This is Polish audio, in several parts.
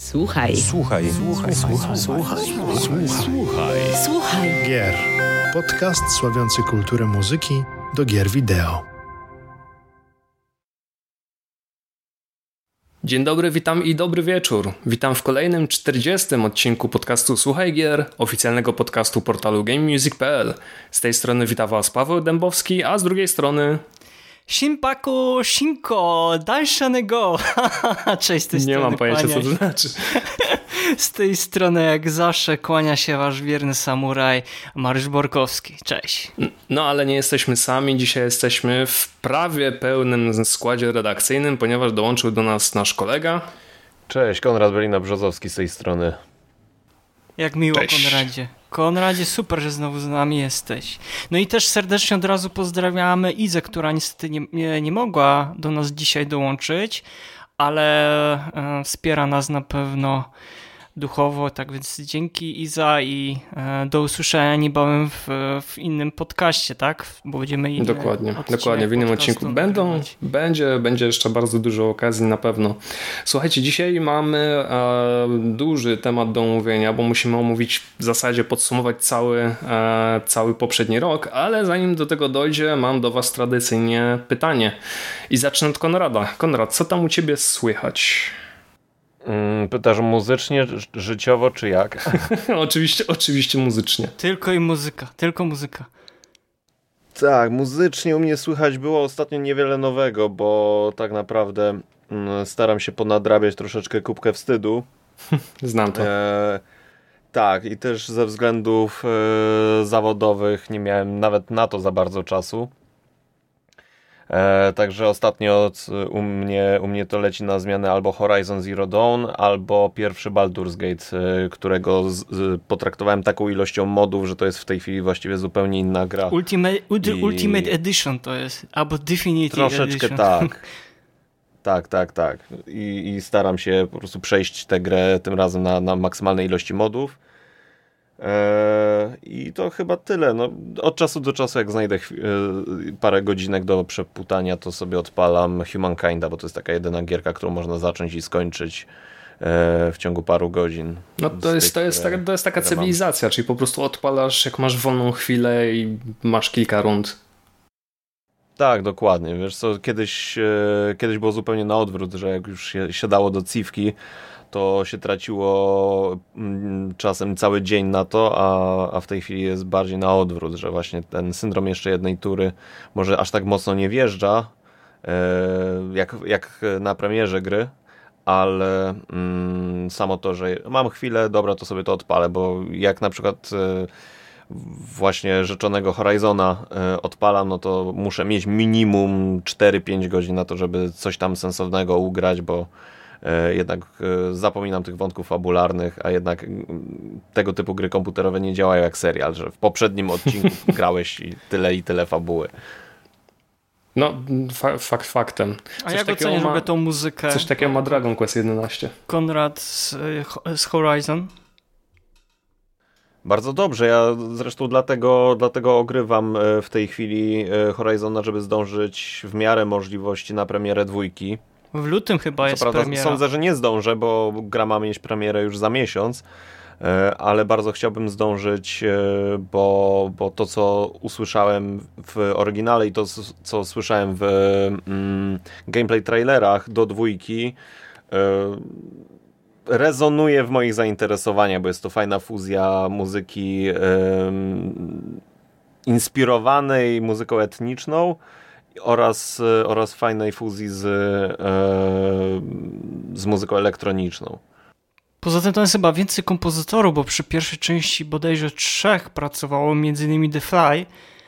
Słuchaj. Słuchaj. Słuchaj. Słuchaj. Słuchaj. Słuchaj. Słuchaj. Gier. Podcast sławiący kulturę muzyki do gier wideo. Dzień dobry, witam i dobry wieczór. Witam w kolejnym 40. odcinku podcastu Słuchaj Gier, oficjalnego podcastu portalu GameMusic.pl. Z tej strony wita Was Paweł Dębowski, a z drugiej strony... Shinpaku, Shinko, Daishanego. Cześć, z tej strony. Nie mam pojęcia, co to znaczy. Z tej strony, jak zawsze, kłania się Wasz wierny samuraj Mariusz Borkowski. Cześć. No, ale nie jesteśmy sami. Dzisiaj jesteśmy w prawie pełnym składzie redakcyjnym, ponieważ dołączył do nas nasz kolega. Cześć, Konrad Belina-Brzozowski z tej strony. Jak miło, Cześć. Konradzie. Konradzie, super, że znowu z nami jesteś. No i też serdecznie od razu pozdrawiamy Izę, która niestety nie mogła do nas dzisiaj dołączyć, ale wspiera nas na pewno duchowo, tak więc dzięki Iza i do usłyszenia niebawem w innym podcaście, tak? Bo będziemy Dokładnie, w innym odcinku będzie jeszcze bardzo dużo okazji na pewno. Słuchajcie, dzisiaj mamy duży temat do omówienia, bo musimy omówić, w zasadzie podsumować cały poprzedni rok, ale zanim do tego dojdzie, mam do Was tradycyjnie pytanie i zacznę od Konrada. Konrad, co tam u Ciebie słychać? Pytasz muzycznie, życiowo czy jak? Oczywiście muzycznie. Tylko muzyka. Tak, muzycznie u mnie słychać było ostatnio niewiele nowego, bo tak naprawdę staram się ponadrabiać troszeczkę kubkę wstydu. Znam to. Tak, i też ze względów zawodowych nie miałem nawet na to za bardzo czasu. Także ostatnio u mnie to leci na zmianę albo Horizon Zero Dawn, albo pierwszy Baldur's Gate, którego potraktowałem taką ilością modów, że to jest w tej chwili właściwie zupełnie inna gra. Ultimate Edition to jest, albo Definitive troszeczkę Edition. Tak. I staram się po prostu przejść tę grę tym razem na maksymalnej ilości modów. I to chyba tyle. No, od czasu do czasu, jak znajdę parę godzinek do przeputania, to sobie odpalam Humankinda, bo to jest taka jedyna gierka, którą można zacząć i skończyć w ciągu paru godzin. No to jest taka cywilizacja, czyli po prostu odpalasz, jak masz wolną chwilę i masz kilka rund. Tak, dokładnie. Wiesz co, kiedyś było zupełnie na odwrót, że jak już się siadało do cywki, to się traciło czasem cały dzień na to, a w tej chwili jest bardziej na odwrót, że właśnie ten syndrom jeszcze jednej tury może aż tak mocno nie wjeżdża, jak na premierze gry, ale samo to, że mam chwilę, dobra, to sobie to odpalę, bo jak na przykład właśnie rzeczonego Horizona odpalam, no to muszę mieć minimum 4-5 godzin na to, żeby coś tam sensownego ugrać, bo jednak zapominam tych wątków fabularnych, a jednak tego typu gry komputerowe nie działają jak serial, że w poprzednim odcinku grałeś i tyle fabuły. No, Faktem. A jak oceniasz w ogóle tą muzykę? Coś takiego ma Dragon Quest 11. Konrad z Horizon? Bardzo dobrze, ja zresztą dlatego ogrywam w tej chwili Horizona, żeby zdążyć w miarę możliwości na premierę 2. W lutym chyba jest premiera. Sądzę, że nie zdążę, bo gra ma mieć premierę już za miesiąc, ale bardzo chciałbym zdążyć, bo to, co usłyszałem w oryginale i to, co słyszałem w gameplay trailerach do 2, rezonuje w moich zainteresowaniach, bo jest to fajna fuzja muzyki inspirowanej muzyką etniczną oraz fajnej fuzji z muzyką elektroniczną. Poza tym to jest chyba więcej kompozytorów, bo przy pierwszej części bodajże 3 pracowało, m.in. The Fly,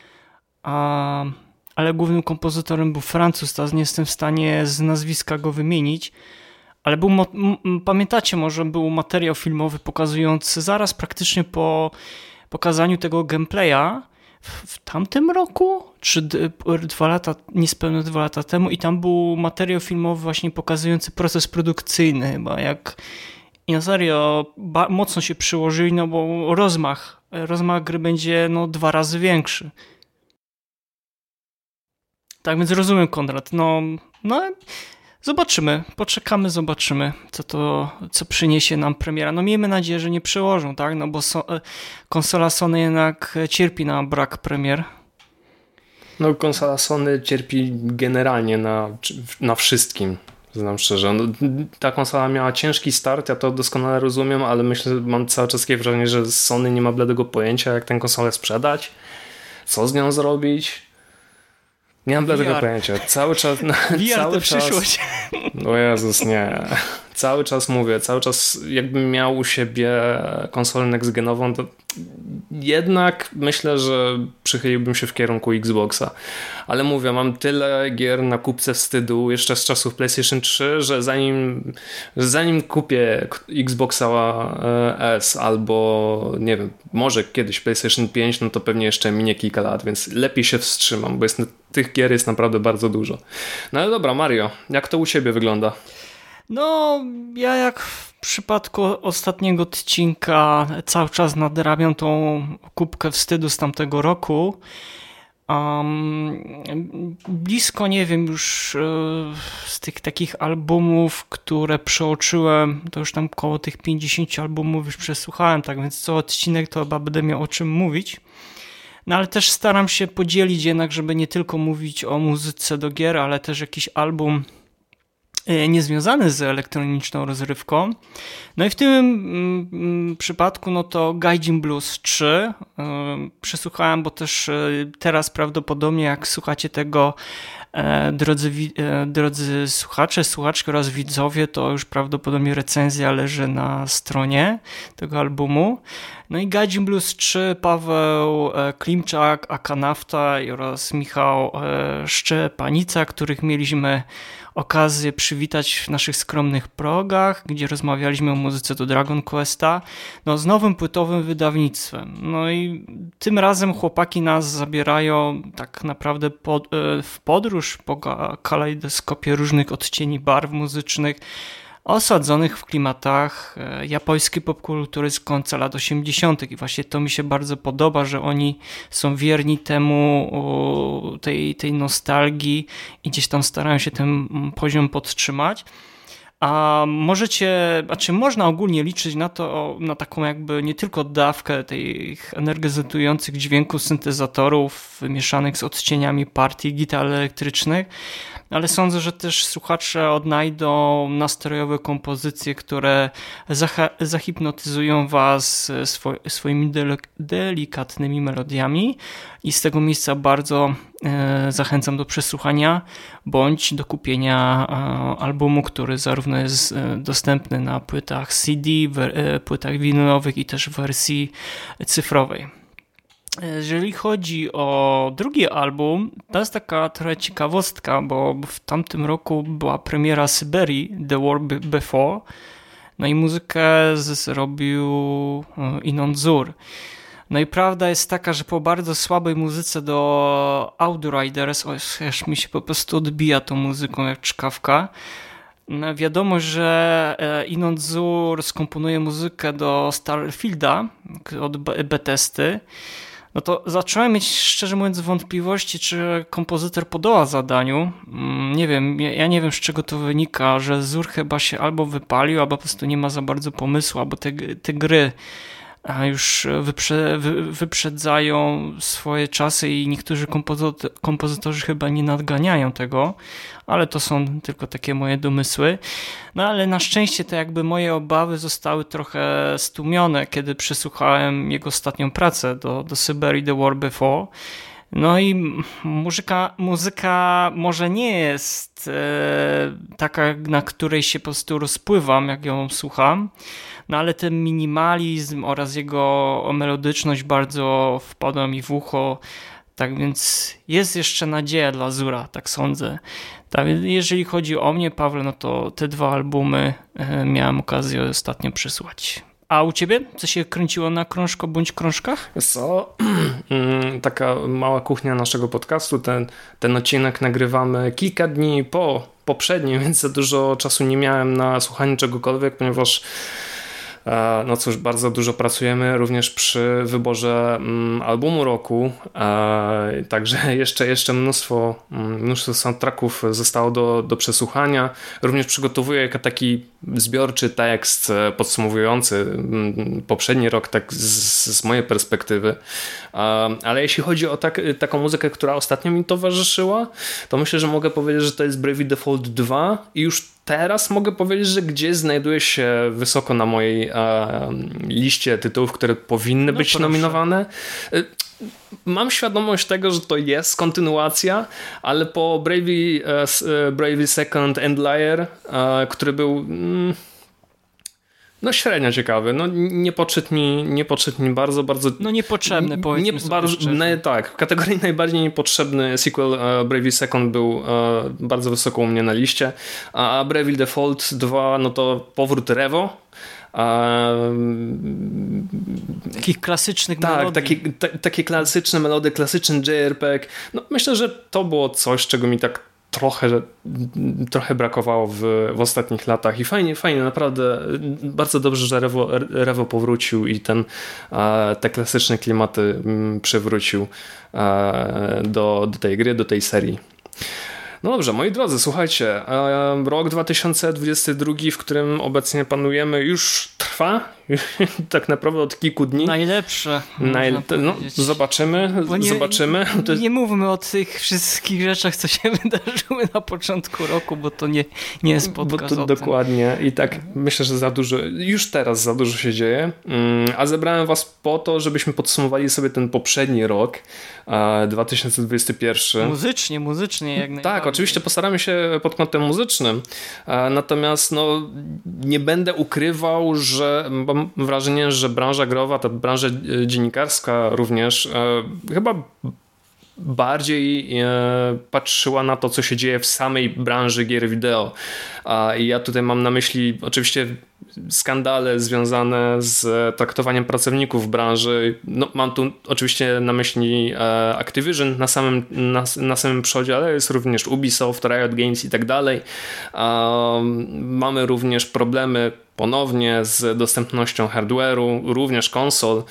ale głównym kompozytorem był Francuz, teraz nie jestem w stanie z nazwiska go wymienić, ale pamiętacie może, był materiał filmowy pokazujący zaraz praktycznie po pokazaniu tego gameplaya w tamtym roku, czy 2 lata, niespełna 2 lata temu, i tam był materiał filmowy właśnie pokazujący proces produkcyjny chyba, jak i na serio mocno się przyłożyli, no bo rozmach gry będzie 2 razy większy. Tak więc rozumiem, Konrad, Poczekamy, zobaczymy, co przyniesie nam premiera. No miejmy nadzieję, że nie przełożą, tak? No bo konsola Sony jednak cierpi na brak premier. No konsola Sony cierpi generalnie na wszystkim, znam szczerze. No, ta konsola miała ciężki start, ja to doskonale rozumiem, ale mam cały czas takie wrażenie, że Sony nie ma bladego pojęcia, jak tę konsolę sprzedać, co z nią zrobić. Nie mam bladego pojęcia. Cały czas... VR to przyszłość. O Jezus, nie. Cały czas jakbym miał u siebie konsolę next-genową, to jednak myślę, że przychyliłbym się w kierunku Xboxa. Ale mówię, mam tyle gier na kupce wstydu jeszcze z czasów PlayStation 3, że zanim kupię Xboxa S albo nie wiem, może kiedyś PlayStation 5, no to pewnie jeszcze minie kilka lat, więc lepiej się wstrzymam, bo tych gier jest naprawdę bardzo dużo. No ale dobra, Mario, jak to u siebie wygląda? No, ja jak w przypadku ostatniego odcinka cały czas nadrabiam tą kubkę wstydu z tamtego roku. Blisko, nie wiem, już z tych takich albumów, które przeoczyłem, to już tam koło tych 50 albumów już przesłuchałem, tak więc co odcinek to chyba będę miał o czym mówić. No ale też staram się podzielić jednak, żeby nie tylko mówić o muzyce do gier, ale też jakiś album niezwiązany z elektroniczną rozrywką. No i w tym przypadku no to Gaijin Blues 3 przesłuchałem, bo też teraz prawdopodobnie jak słuchacie tego drodzy słuchacze, słuchaczki oraz widzowie, to już prawdopodobnie recenzja leży na stronie tego albumu. No i Gaijin Blues 3, Paweł Klimczak, Akanafta oraz Michał Szczepanica, których mieliśmy okazję przywitać w naszych skromnych progach, gdzie rozmawialiśmy o muzyce do Dragon Questa, no z nowym płytowym wydawnictwem. No i tym razem chłopaki nas zabierają tak naprawdę w podróż po kalejdoskopie różnych odcieni barw muzycznych, osadzonych w klimatach japońskiej popkultury z końca lat 80. I właśnie to mi się bardzo podoba, że oni są wierni temu, tej nostalgii i gdzieś tam starają się ten poziom podtrzymać. A można ogólnie liczyć na taką jakby nie tylko dawkę tych energetyzujących dźwięków syntezatorów wymieszanych z odcieniami partii gitar elektrycznych, ale sądzę, że też słuchacze odnajdą nastrojowe kompozycje, które zahipnotyzują was swoimi delikatnymi melodiami i z tego miejsca bardzo zachęcam do przesłuchania bądź do kupienia albumu, który zarówno jest dostępny na płytach CD, płytach winylowych i też w wersji cyfrowej. Jeżeli chodzi o drugi album, to jest taka trochę ciekawostka, bo w tamtym roku była premiera Syberii, The War Before, no i muzykę zrobił Inon Zur. No i prawda jest taka, że po bardzo słabej muzyce do Outriders, aż mi się po prostu odbija tą muzyką jak czkawka. No wiadomo, że Inon Zur skomponuje muzykę do Starfielda od Bethesdy. No to zacząłem mieć, szczerze mówiąc, wątpliwości, czy kompozytor podoła zadaniu. Nie wiem, ja nie wiem, z czego to wynika, że Zur chyba się albo wypalił, albo po prostu nie ma za bardzo pomysłu, albo te gry już wyprzedzają swoje czasy i niektórzy kompozytorzy chyba nie nadganiają tego, ale to są tylko takie moje domysły. No ale na szczęście te jakby moje obawy zostały trochę stłumione, kiedy przesłuchałem jego ostatnią pracę do Syberii The War Before. No i muzyka może nie jest taka, na której się po prostu rozpływam, jak ją słucham, no ale ten minimalizm oraz jego melodyczność bardzo wpadła mi w ucho, tak więc jest jeszcze nadzieja dla Zura, tak sądzę. Tak, jeżeli chodzi o mnie, Pawle, no to te dwa albumy miałem okazję ostatnio przesłuchać. A u ciebie? Co się kręciło na krążko bądź krążkach? Co? Taka mała kuchnia naszego podcastu. Ten odcinek nagrywamy kilka dni po poprzednim, więc za dużo czasu nie miałem na słuchanie czegokolwiek, ponieważ No cóż, bardzo dużo pracujemy również przy wyborze albumu roku, także jeszcze mnóstwo soundtracków zostało do przesłuchania. Również przygotowuję taki zbiorczy tekst podsumowujący poprzedni rok tak z mojej perspektywy. Ale jeśli chodzi o taką muzykę, która ostatnio mi towarzyszyła, to myślę, że mogę powiedzieć, że to jest Bravely Default 2 i już teraz mogę powiedzieć, że gdzieś znajduje się wysoko na mojej liście tytułów, które powinny być nominowane. Mam świadomość tego, że to jest kontynuacja, ale po Bravely Second and Liar, który był średnio ciekawy. Nie podszedł mi bardzo. Niepotrzebny, powiedzmy tak, w kategorii najbardziej niepotrzebny sequel Bravely Second był bardzo wysoko u mnie na liście, a Bravely Default 2 to powrót Revo. Takich klasycznych melodii. Takie klasyczne melody, klasyczny JRPG. Myślę, że to było coś, czego mi tak trochę brakowało w ostatnich latach i fajnie, naprawdę bardzo dobrze, że Revo powrócił i te klasyczne klimaty przywrócił do tej gry, do tej serii. No dobrze, moi drodzy, słuchajcie, rok 2022, w którym obecnie panujemy, już trwa, tak naprawdę od kilku dni. Najlepsze. Zobaczymy. Nie mówmy o tych wszystkich rzeczach, co się wydarzyły na początku roku, bo to nie jest podcast o tym. Dokładnie. I tak myślę, że już teraz za dużo się dzieje. A zebrałem was po to, żebyśmy podsumowali sobie ten poprzedni rok, 2021. Muzycznie jak najbardziej. Tak, oczywiście postaramy się pod kątem muzycznym. Natomiast nie będę ukrywał, że mam wrażenie, że branża growa, ta branża dziennikarska również chyba bardziej patrzyła na to, co się dzieje w samej branży gier wideo. I ja tutaj mam na myśli oczywiście skandale związane z traktowaniem pracowników w branży. Mam tu oczywiście na myśli Activision na samym przodzie, ale jest również Ubisoft, Riot Games i tak dalej. Mamy również problemy ponownie z dostępnością hardware'u, również konsol.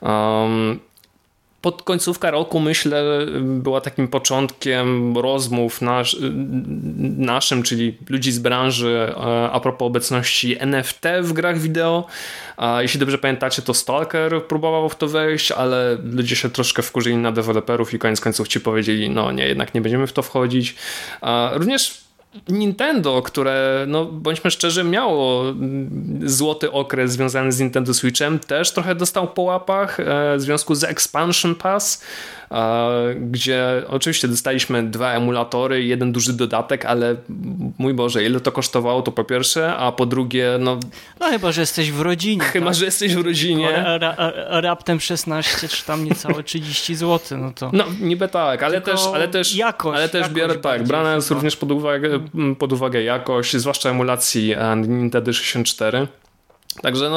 Pod końcówka roku, myślę, była takim początkiem rozmów naszym, czyli ludzi z branży, a propos obecności NFT w grach wideo. Jeśli dobrze pamiętacie, to Stalker próbował w to wejść, ale ludzie się troszkę wkurzyli na deweloperów i koniec końców ci powiedzieli, jednak nie będziemy w to wchodzić. Również Nintendo, które, bądźmy szczerzy, miało złoty okres związany z Nintendo Switchem, też trochę dostał po łapach w związku z Expansion Pass, gdzie oczywiście dostaliśmy 2 emulatory, 1 duży dodatek, ale mój Boże, ile to kosztowało, to po pierwsze, a po drugie, chyba, że jesteś w rodzinie. Chyba, że jesteś w rodzinie. Raptem 16 czy tam niecałe 30 zł, to... niby tak, ale też biorę tak, brana jest również pod uwagę jakość, zwłaszcza emulacji Nintendo 64. Także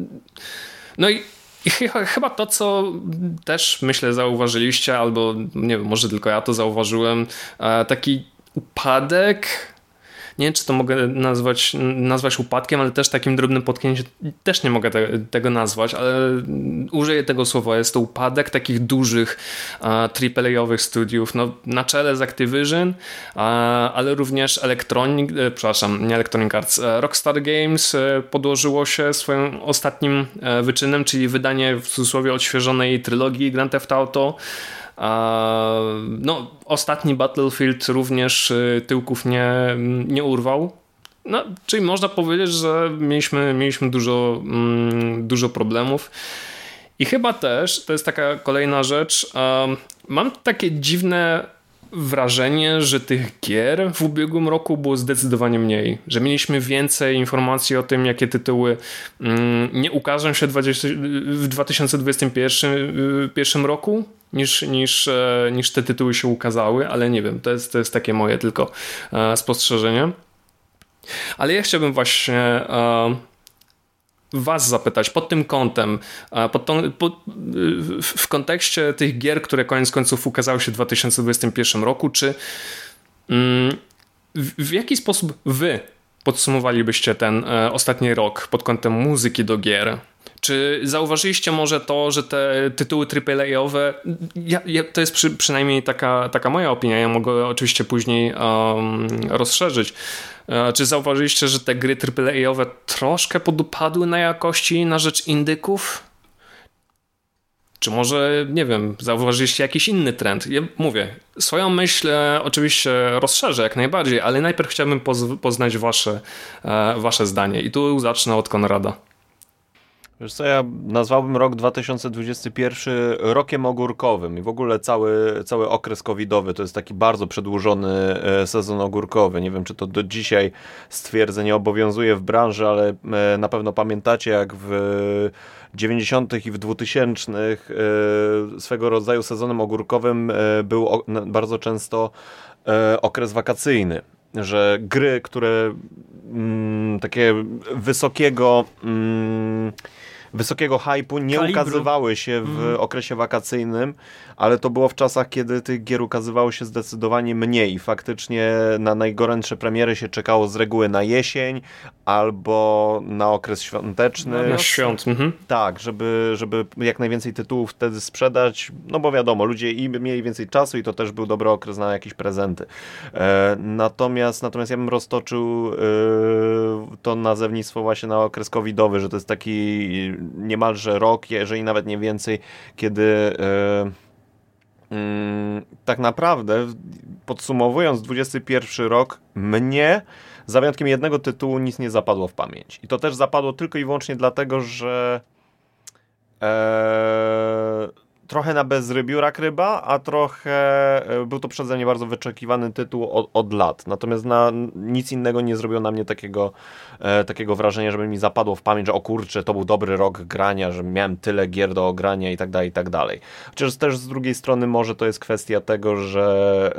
i chyba to, co też myślę zauważyliście, albo nie wiem, może tylko ja to zauważyłem, taki upadek, nie wiem, czy to mogę nazwać upadkiem, ale też takim drobnym potknięciem też nie mogę tego nazwać, ale użyję tego słowa. Jest to upadek takich dużych AAA-owych studiów, na czele z Activision, ale też nie Electronic Arts, Rockstar Games podłożyło się swoim ostatnim wyczynem, czyli wydanie w cudzysłowie odświeżonej trylogii Grand Theft Auto. Ostatni Battlefield również tyłków nie urwał. Czyli można powiedzieć, że mieliśmy dużo problemów. I chyba też, to jest taka kolejna rzecz, mam takie dziwne wrażenie, że tych gier w ubiegłym roku było zdecydowanie mniej. Że mieliśmy więcej informacji o tym, jakie tytuły nie ukażą się w 2021 roku, niż te tytuły się ukazały, ale nie wiem, to jest takie moje tylko spostrzeżenie. Ale ja chciałbym właśnie was zapytać pod tym kątem, w kontekście tych gier, które koniec końców ukazały się w 2021 roku, czy w jaki sposób wy podsumowalibyście ten ostatni rok pod kątem muzyki do gier? Czy zauważyliście może to, że te tytuły AAA-owe, to jest przynajmniej taka moja opinia, ja mogę oczywiście później rozszerzyć. Czy zauważyliście, że te gry AAA-owe troszkę podupadły na jakości na rzecz indyków? Czy może, nie wiem, zauważyliście jakiś inny trend? Ja mówię, swoją myśl oczywiście rozszerzę jak najbardziej, ale najpierw chciałbym poznać wasze zdanie. I tu zacznę od Konrada. Wiesz co, ja nazwałbym rok 2021 rokiem ogórkowym i w ogóle cały okres covidowy to jest taki bardzo przedłużony sezon ogórkowy. Nie wiem, czy to do dzisiaj stwierdzenie obowiązuje w branży, ale na pewno pamiętacie, jak w 90. i w 2000 swego rodzaju sezonem ogórkowym był bardzo często okres wakacyjny. Że gry, które takie wysokiego hypu nie ukazywały się w okresie wakacyjnym, ale to było w czasach, kiedy tych gier ukazywało się zdecydowanie mniej. Faktycznie na najgorętsze premiery się czekało z reguły na jesień albo na okres świąteczny. Na świąt. Tak, żeby jak najwięcej tytułów wtedy sprzedać, no bo wiadomo, ludzie mieli więcej czasu i to też był dobry okres na jakieś prezenty. Natomiast ja bym roztoczył to nazewnictwo właśnie na okres covidowy, że to jest taki niemalże rok, jeżeli nawet nie więcej, kiedy tak naprawdę podsumowując 21 rok, mnie za wyjątkiem jednego tytułu nic nie zapadło w pamięć. I to też zapadło tylko i wyłącznie dlatego, że trochę na bezrybiu rak ryba, a trochę był to przeze mnie bardzo wyczekiwany tytuł od lat. Natomiast nic innego nie zrobiło na mnie takiego wrażenia, żeby mi zapadło w pamięć, że o kurczę, to był dobry rok grania, że miałem tyle gier do ogrania i tak dalej, i tak dalej. Chociaż też z drugiej strony może to jest kwestia tego, że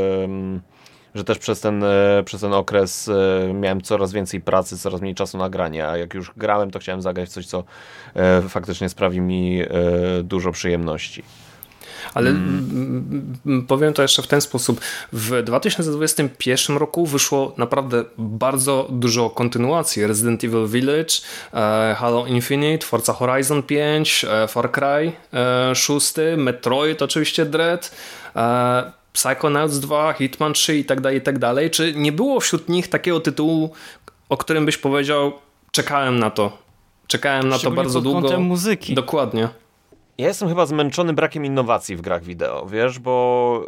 też przez ten okres miałem coraz więcej pracy, coraz mniej czasu na granie, a jak już grałem, to chciałem zagrać w coś, co faktycznie sprawi mi dużo przyjemności. Ale powiem to jeszcze w ten sposób. W 2021 roku wyszło naprawdę bardzo dużo kontynuacji. Resident Evil Village, Halo Infinite, Forza Horizon 5, Far Cry 6, Metroid oczywiście Dread, Psychonauts 2, Hitman 3 i tak dalej. Czy nie było wśród nich takiego tytułu, o którym byś powiedział, czekałem na to bardzo długo. Pod kątem muzyki. Dokładnie. Ja jestem chyba zmęczony brakiem innowacji w grach wideo, wiesz, bo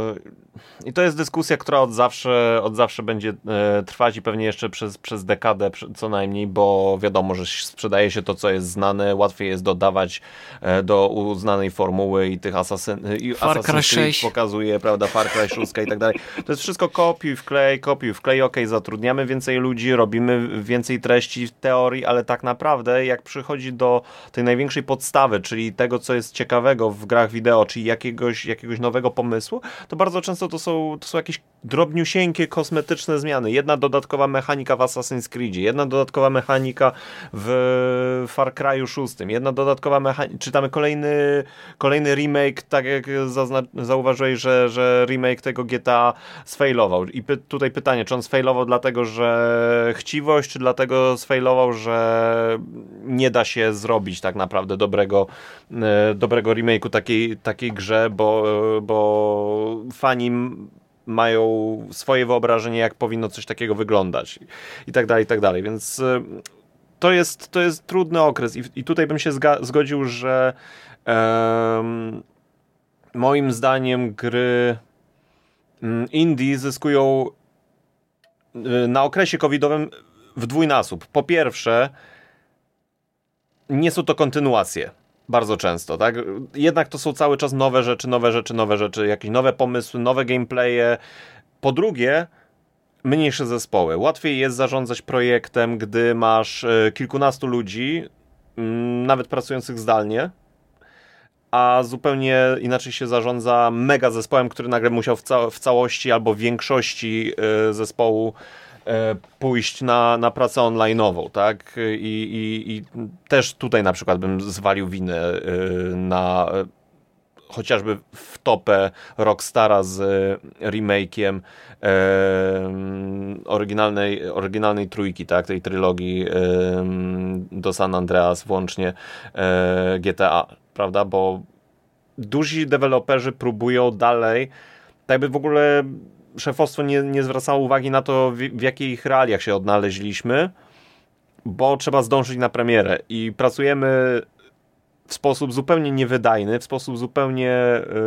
i to jest dyskusja, która od zawsze będzie trwać i pewnie jeszcze przez dekadę co najmniej, bo wiadomo, że sprzedaje się to, co jest znane, łatwiej jest dodawać do uznanej formuły i tych Assassin's Creed pokazuje, prawda, Far Cry 6 i tak dalej. To jest wszystko kopiuj, wklej, okej, zatrudniamy więcej ludzi, robimy więcej treści w teorii, ale tak naprawdę jak przychodzi do tej największej podstawy, czyli tego, co jest ciekawego w grach wideo, czyli jakiegoś nowego pomysłu, to bardzo często to są jakieś drobniusieńkie, kosmetyczne zmiany. Jedna dodatkowa mechanika w Assassin's Creedzie, jedna dodatkowa mechanika w Far Cry'u 6, jedna dodatkowa mechanika, czytamy kolejny remake, tak jak zauważyłeś, że remake tego GTA sfailował. I tutaj pytanie, czy on sfailował dlatego, że chciwość, czy dlatego sfailował, że nie da się zrobić tak naprawdę dobrego remake'u takiej grze, bo fani mają swoje wyobrażenie, jak powinno coś takiego wyglądać i tak dalej, więc to jest trudny okres i tutaj bym się zgodził, że moim zdaniem gry indie zyskują na okresie covidowym w dwójnasób. Po pierwsze, nie są to kontynuacje. Bardzo często, tak? Jednak to są cały czas nowe rzeczy, jakieś nowe pomysły, nowe gameplaye. Po drugie, mniejsze zespoły. Łatwiej jest zarządzać projektem, gdy masz kilkunastu ludzi, nawet pracujących zdalnie, a zupełnie inaczej się zarządza mega zespołem, który nagle musiał w całości albo w większości zespołu pójść na pracę online'ową, tak? I też tutaj na przykład bym zwalił winę na chociażby w topę Rockstara z remake'iem oryginalnej trójki, tak, tej trylogii do San Andreas włącznie GTA, prawda, bo duzi deweloperzy próbują dalej, tak jakby w ogóle szefostwo nie zwracało uwagi na to, w jakich realiach się odnaleźliśmy, bo trzeba zdążyć na premierę i pracujemy w sposób zupełnie niewydajny, w sposób zupełnie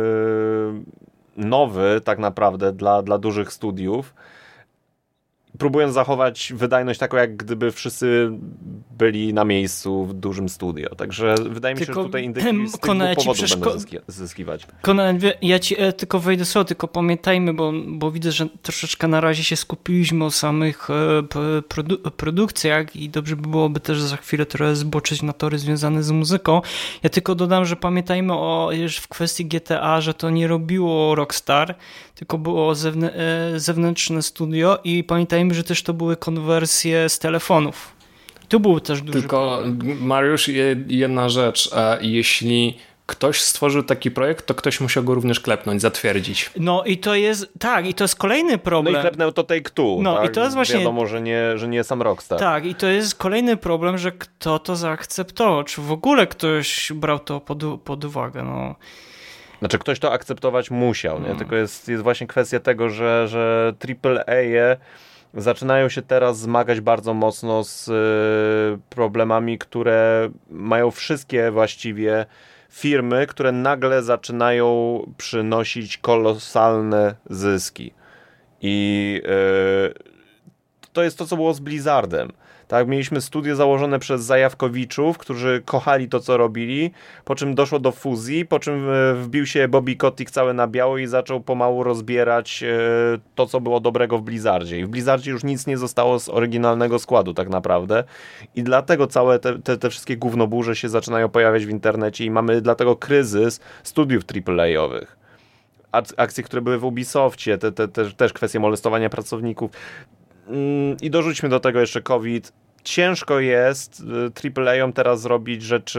nowy tak naprawdę dla dużych studiów, próbując zachować wydajność taką, jak gdyby wszyscy byli na miejscu w dużym studio. Także wydaje mi się, że tutaj indyki z tych powodów będą zyskiwać. Konrad, ja ci tylko wejdę słowo, tylko pamiętajmy, bo widzę, że troszeczkę na razie się skupiliśmy o samych produkcjach i dobrze by byłoby też za chwilę trochę zboczyć na tory związane z muzyką. Ja tylko dodam, że pamiętajmy już w kwestii GTA, że to nie robiło Rockstar, tylko było zewnętrzne studio i pamiętajmy, że też to były konwersje z telefonów. Tu był też duży Tylko problem. Mariusz, jedna rzecz. Jeśli ktoś stworzył taki projekt, to ktoś musiał go również klepnąć, zatwierdzić. No i to jest, tak, i to jest kolejny problem. No i klepnął to Take-Two. No tak? i to jest właśnie... Wiadomo, że nie sam Rockstar. Tak, i to jest kolejny problem, że kto to zaakceptował. Czy w ogóle ktoś brał to pod uwagę, no. Znaczy ktoś to akceptować musiał, nie? Tylko jest właśnie kwestia tego, że AAA zaczynają się teraz zmagać bardzo mocno z problemami, które mają wszystkie właściwie firmy, które nagle zaczynają przynosić kolosalne zyski. I to jest to, co było z Blizzardem. Tak, mieliśmy studio założone przez Zajawkowiczów, którzy kochali to, co robili, po czym doszło do fuzji, po czym wbił się Bobby Kotick cały na biało i zaczął pomału rozbierać to, co było dobrego w Blizzardzie. I w Blizzardzie już nic nie zostało z oryginalnego składu tak naprawdę. I dlatego całe te wszystkie gównoburze się zaczynają pojawiać w internecie i mamy dlatego kryzys studiów AAA-owych. Akcje, które były w Ubisoftie, też kwestie molestowania pracowników. I dorzućmy do tego jeszcze COVID. Ciężko jest AAA-om teraz zrobić rzeczy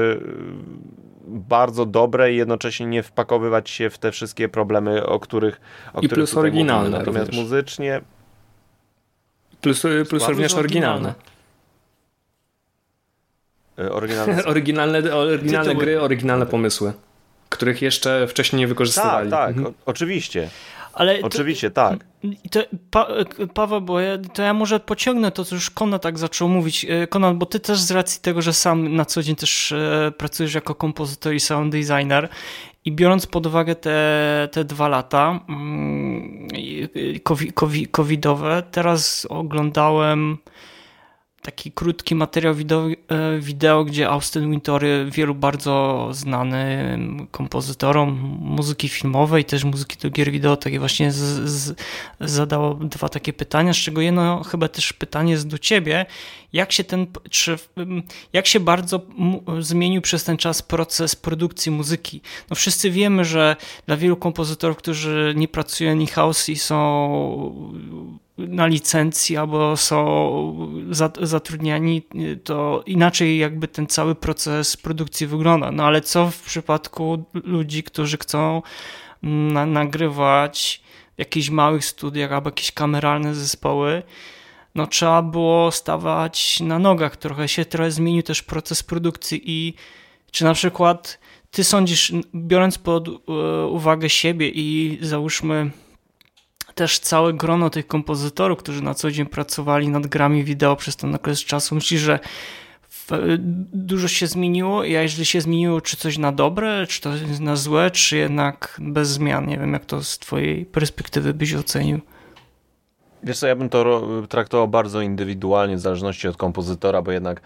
bardzo dobre i jednocześnie nie wpakowywać się w te wszystkie problemy, o których plus oryginalne mówimy. Natomiast również. muzycznie... Plus również oryginalne. Oryginalne gry, oryginalne pomysły, których jeszcze wcześniej nie wykorzystywali. Tak, oczywiście. Ale oczywiście, tak. Paweł, bo ja może pociągnę to, co już Konrad tak zaczął mówić. Konrad, bo ty też z racji tego, że sam na co dzień też pracujesz jako kompozytor i sound designer i biorąc pod uwagę te 2 lata covidowe, teraz oglądałem taki krótki materiał wideo, gdzie Austin Wintory, wielu bardzo znanym kompozytorom muzyki filmowej, też muzyki do gier wideo, takie właśnie zadało 2 takie pytania, z czego jedno chyba też pytanie jest do ciebie. Jak się bardzo zmienił przez ten czas proces produkcji muzyki? No wszyscy wiemy, że dla wielu kompozytorów, którzy nie pracują in-house i są na licencji albo są zatrudniani, to inaczej jakby ten cały proces produkcji wygląda. No ale co w przypadku ludzi, którzy chcą nagrywać w jakichś małych studiach albo jakieś kameralne zespoły? No trzeba było stawać na nogach. Trochę zmienił też proces produkcji i czy na przykład ty sądzisz, biorąc pod uwagę siebie i załóżmy też całe grono tych kompozytorów, którzy na co dzień pracowali nad grami wideo przez ten okres czasu, myślisz, że dużo się zmieniło? A jeżeli się zmieniło, czy coś na dobre, czy to jest na złe, czy jednak bez zmian? Nie wiem, jak to z twojej perspektywy byś ocenił. Wiesz co, ja bym to traktował bardzo indywidualnie w zależności od kompozytora, bo jednak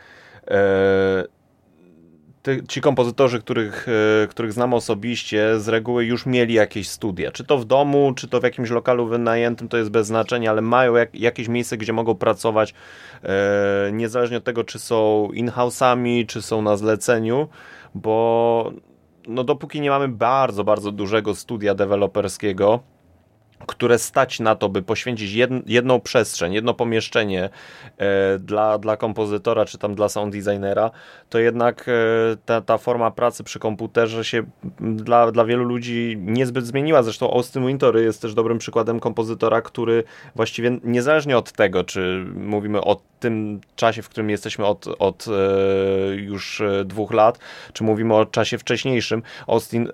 ci kompozytorzy, których znam osobiście, z reguły już mieli jakieś studia. Czy to w domu, czy to w jakimś lokalu wynajętym, to jest bez znaczenia, ale mają jakieś miejsce, gdzie mogą pracować, niezależnie od tego, czy są in-house'ami, czy są na zleceniu, bo no dopóki nie mamy bardzo, bardzo dużego studia deweloperskiego, które stać na to, by poświęcić jedną przestrzeń, jedno pomieszczenie dla kompozytora, czy tam dla sound designera, to jednak ta forma pracy przy komputerze się dla wielu ludzi niezbyt zmieniła. Zresztą Austin Wintory jest też dobrym przykładem kompozytora, który właściwie niezależnie od tego, czy mówimy o tym czasie, w którym jesteśmy od już 2 lat, czy mówimy o czasie wcześniejszym, Austin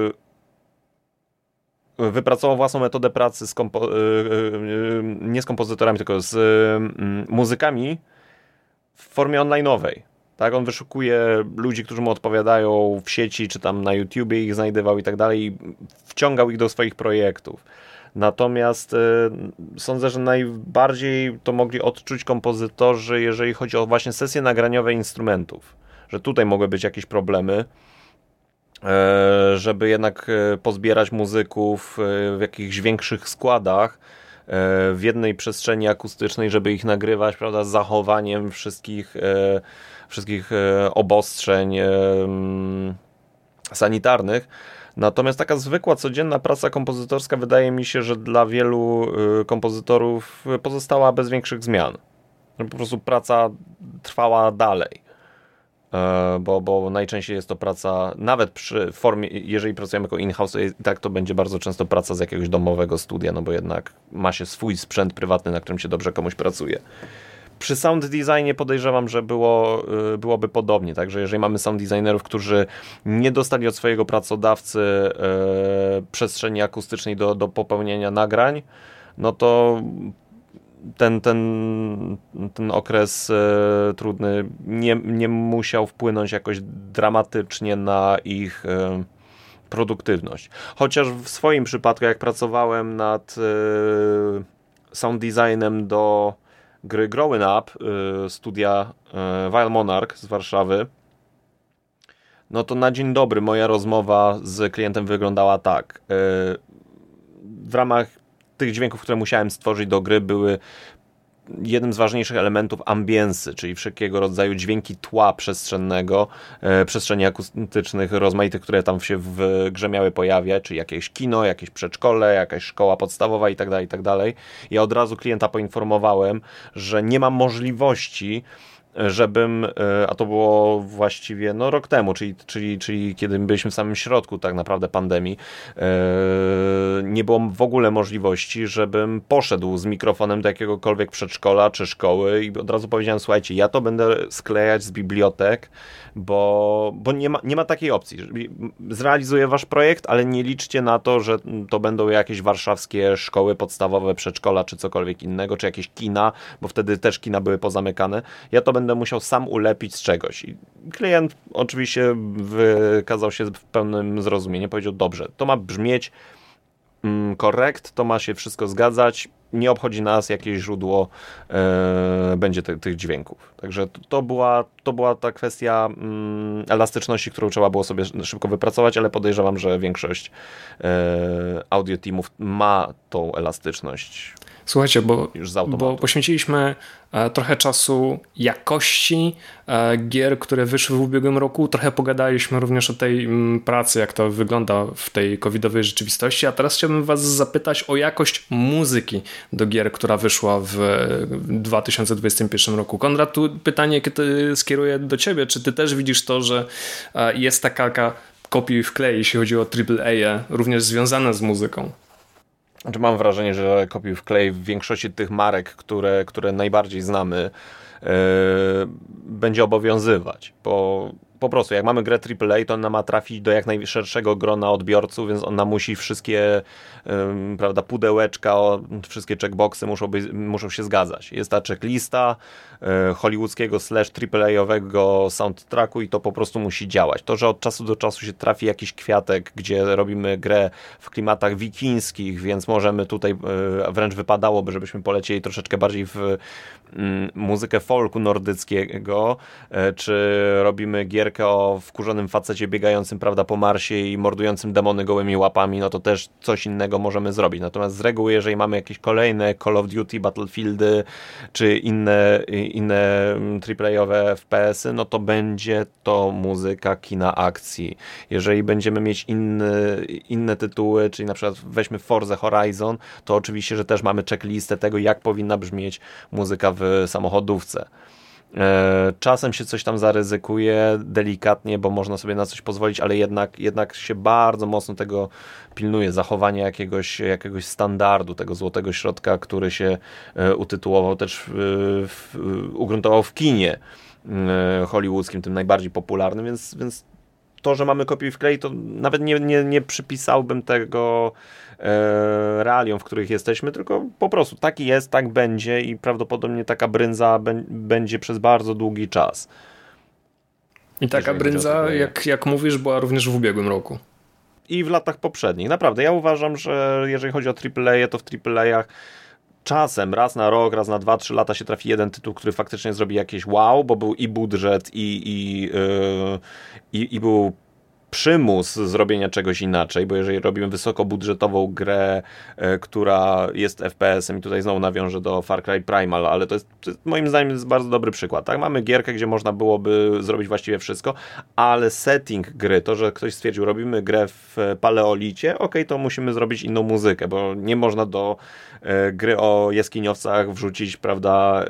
wypracował własną metodę pracy nie z kompozytorami, tylko z muzykami w formie online'owej. Tak? On wyszukuje ludzi, którzy mu odpowiadają w sieci, czy tam na YouTubie ich znajdywał i tak dalej, i wciągał ich do swoich projektów. Natomiast sądzę, że najbardziej to mogli odczuć kompozytorzy, jeżeli chodzi o właśnie sesje nagraniowe instrumentów. Że tutaj mogły być jakieś problemy, żeby jednak pozbierać muzyków w jakichś większych składach w jednej przestrzeni akustycznej, żeby ich nagrywać, prawda, z zachowaniem wszystkich obostrzeń sanitarnych. Natomiast taka zwykła, codzienna praca kompozytorska wydaje mi się, że dla wielu kompozytorów pozostała bez większych zmian. Po prostu praca trwała dalej. Bo najczęściej jest to praca, nawet przy formie, jeżeli pracujemy jako in-house, tak to będzie bardzo często praca z jakiegoś domowego studia, no bo jednak ma się swój sprzęt prywatny, na którym się dobrze komuś pracuje. Przy sound designie podejrzewam, że byłoby podobnie, także jeżeli mamy sound designerów, którzy nie dostali od swojego pracodawcy przestrzeni akustycznej do popełnienia nagrań, no to ten okres trudny nie musiał wpłynąć jakoś dramatycznie na ich produktywność. Chociaż w swoim przypadku, jak pracowałem nad sound designem do gry Growing Up studia Vile Monarch z Warszawy, no to na dzień dobry moja rozmowa z klientem wyglądała tak. W ramach tych dźwięków, które musiałem stworzyć do gry, były jednym z ważniejszych elementów ambiensy, czyli wszelkiego rodzaju dźwięki tła przestrzennego, przestrzeni akustycznych rozmaitych, które tam się w grze miały pojawiać, czyli jakieś kino, jakieś przedszkole, jakaś szkoła podstawowa i tak dalej, i tak dalej. Ja od razu klienta poinformowałem, że nie mam możliwości, żebym, a to było właściwie rok temu, czyli kiedy byliśmy w samym środku tak naprawdę pandemii, nie było w ogóle możliwości, żebym poszedł z mikrofonem do jakiegokolwiek przedszkola czy szkoły i od razu powiedziałem, słuchajcie, ja to będę sklejać z bibliotek, bo nie ma takiej opcji. Zrealizuję wasz projekt, ale nie liczcie na to, że to będą jakieś warszawskie szkoły podstawowe, przedszkola czy cokolwiek innego, czy jakieś kina, bo wtedy też kina były pozamykane. Ja to będę musiał sam ulepić z czegoś. I klient oczywiście wykazał się w pełnym zrozumieniem. Powiedział, dobrze, to ma brzmieć korrekt, to ma się wszystko zgadzać, nie obchodzi nas, jakie źródło będzie tych dźwięków. Także to była ta kwestia elastyczności, którą trzeba było sobie szybko wypracować, ale podejrzewam, że większość audio teamów ma tą elastyczność. Słuchajcie, bo poświęciliśmy trochę czasu jakości gier, które wyszły w ubiegłym roku. Trochę pogadaliśmy również o tej pracy, jak to wygląda w tej covidowej rzeczywistości, a teraz chciałbym was zapytać o jakość muzyki do gier, która wyszła w 2021 roku. Konrad, tu pytanie skieruję do ciebie. Czy ty też widzisz to, że jest ta kalka kopiuj wklej, jeśli chodzi o AAA, również związana z muzyką? Znaczy mam wrażenie, że kopiuj wklej w większości tych marek, które najbardziej znamy, będzie obowiązywać, bo po prostu jak mamy grę AAA, to ona ma trafić do jak najszerszego grona odbiorców, więc ona musi wszystkie prawda, pudełeczka, wszystkie checkboxy muszą się zgadzać. Jest ta checklista hollywoodzkiego / AAA-owego soundtracku i to po prostu musi działać. To, że od czasu do czasu się trafi jakiś kwiatek, gdzie robimy grę w klimatach wikińskich, więc możemy tutaj, wręcz wypadałoby, żebyśmy polecieli troszeczkę bardziej w muzykę folku nordyckiego, czy robimy gierkę gierkę o wkurzonym facecie biegającym, prawda, po Marsie i mordującym demony gołymi łapami, no to też coś innego możemy zrobić. Natomiast z reguły, jeżeli mamy jakieś kolejne Call of Duty, Battlefieldy, czy inne AAA-owe FPS-y, no to będzie to muzyka kina akcji. Jeżeli będziemy mieć inne tytuły, czyli na przykład weźmy Forza Horizon, to oczywiście, że też mamy checklistę tego, jak powinna brzmieć muzyka w samochodówce. Czasem się coś tam zaryzykuje delikatnie, bo można sobie na coś pozwolić, ale jednak się bardzo mocno tego pilnuje, zachowania jakiegoś standardu, tego złotego środka, który się utytułował też, ugruntował w kinie hollywoodzkim, tym najbardziej popularnym, więc to, że mamy kopiuj wklej, to nawet nie przypisałbym tego realiom, w których jesteśmy, tylko po prostu taki jest, tak będzie i prawdopodobnie taka brędza będzie przez bardzo długi czas. I taka brędza, jak mówisz, była również w ubiegłym roku. I w latach poprzednich. Naprawdę, ja uważam, że jeżeli chodzi o AAA, to w AAA-ach czasem, raz na rok, raz na 2-3 lata się trafi jeden tytuł, który faktycznie zrobi jakieś wow, bo był i budżet, i był przymus zrobienia czegoś inaczej, bo jeżeli robimy wysokobudżetową grę, która jest FPS-em i tutaj znowu nawiążę do Far Cry Primal, ale to jest moim zdaniem jest bardzo dobry przykład. Tak? Mamy gierkę, gdzie można byłoby zrobić właściwie wszystko, ale setting gry, to, że ktoś stwierdził, robimy grę w paleolicie, to musimy zrobić inną muzykę, bo nie można do gry o jaskiniowcach wrzucić, prawda,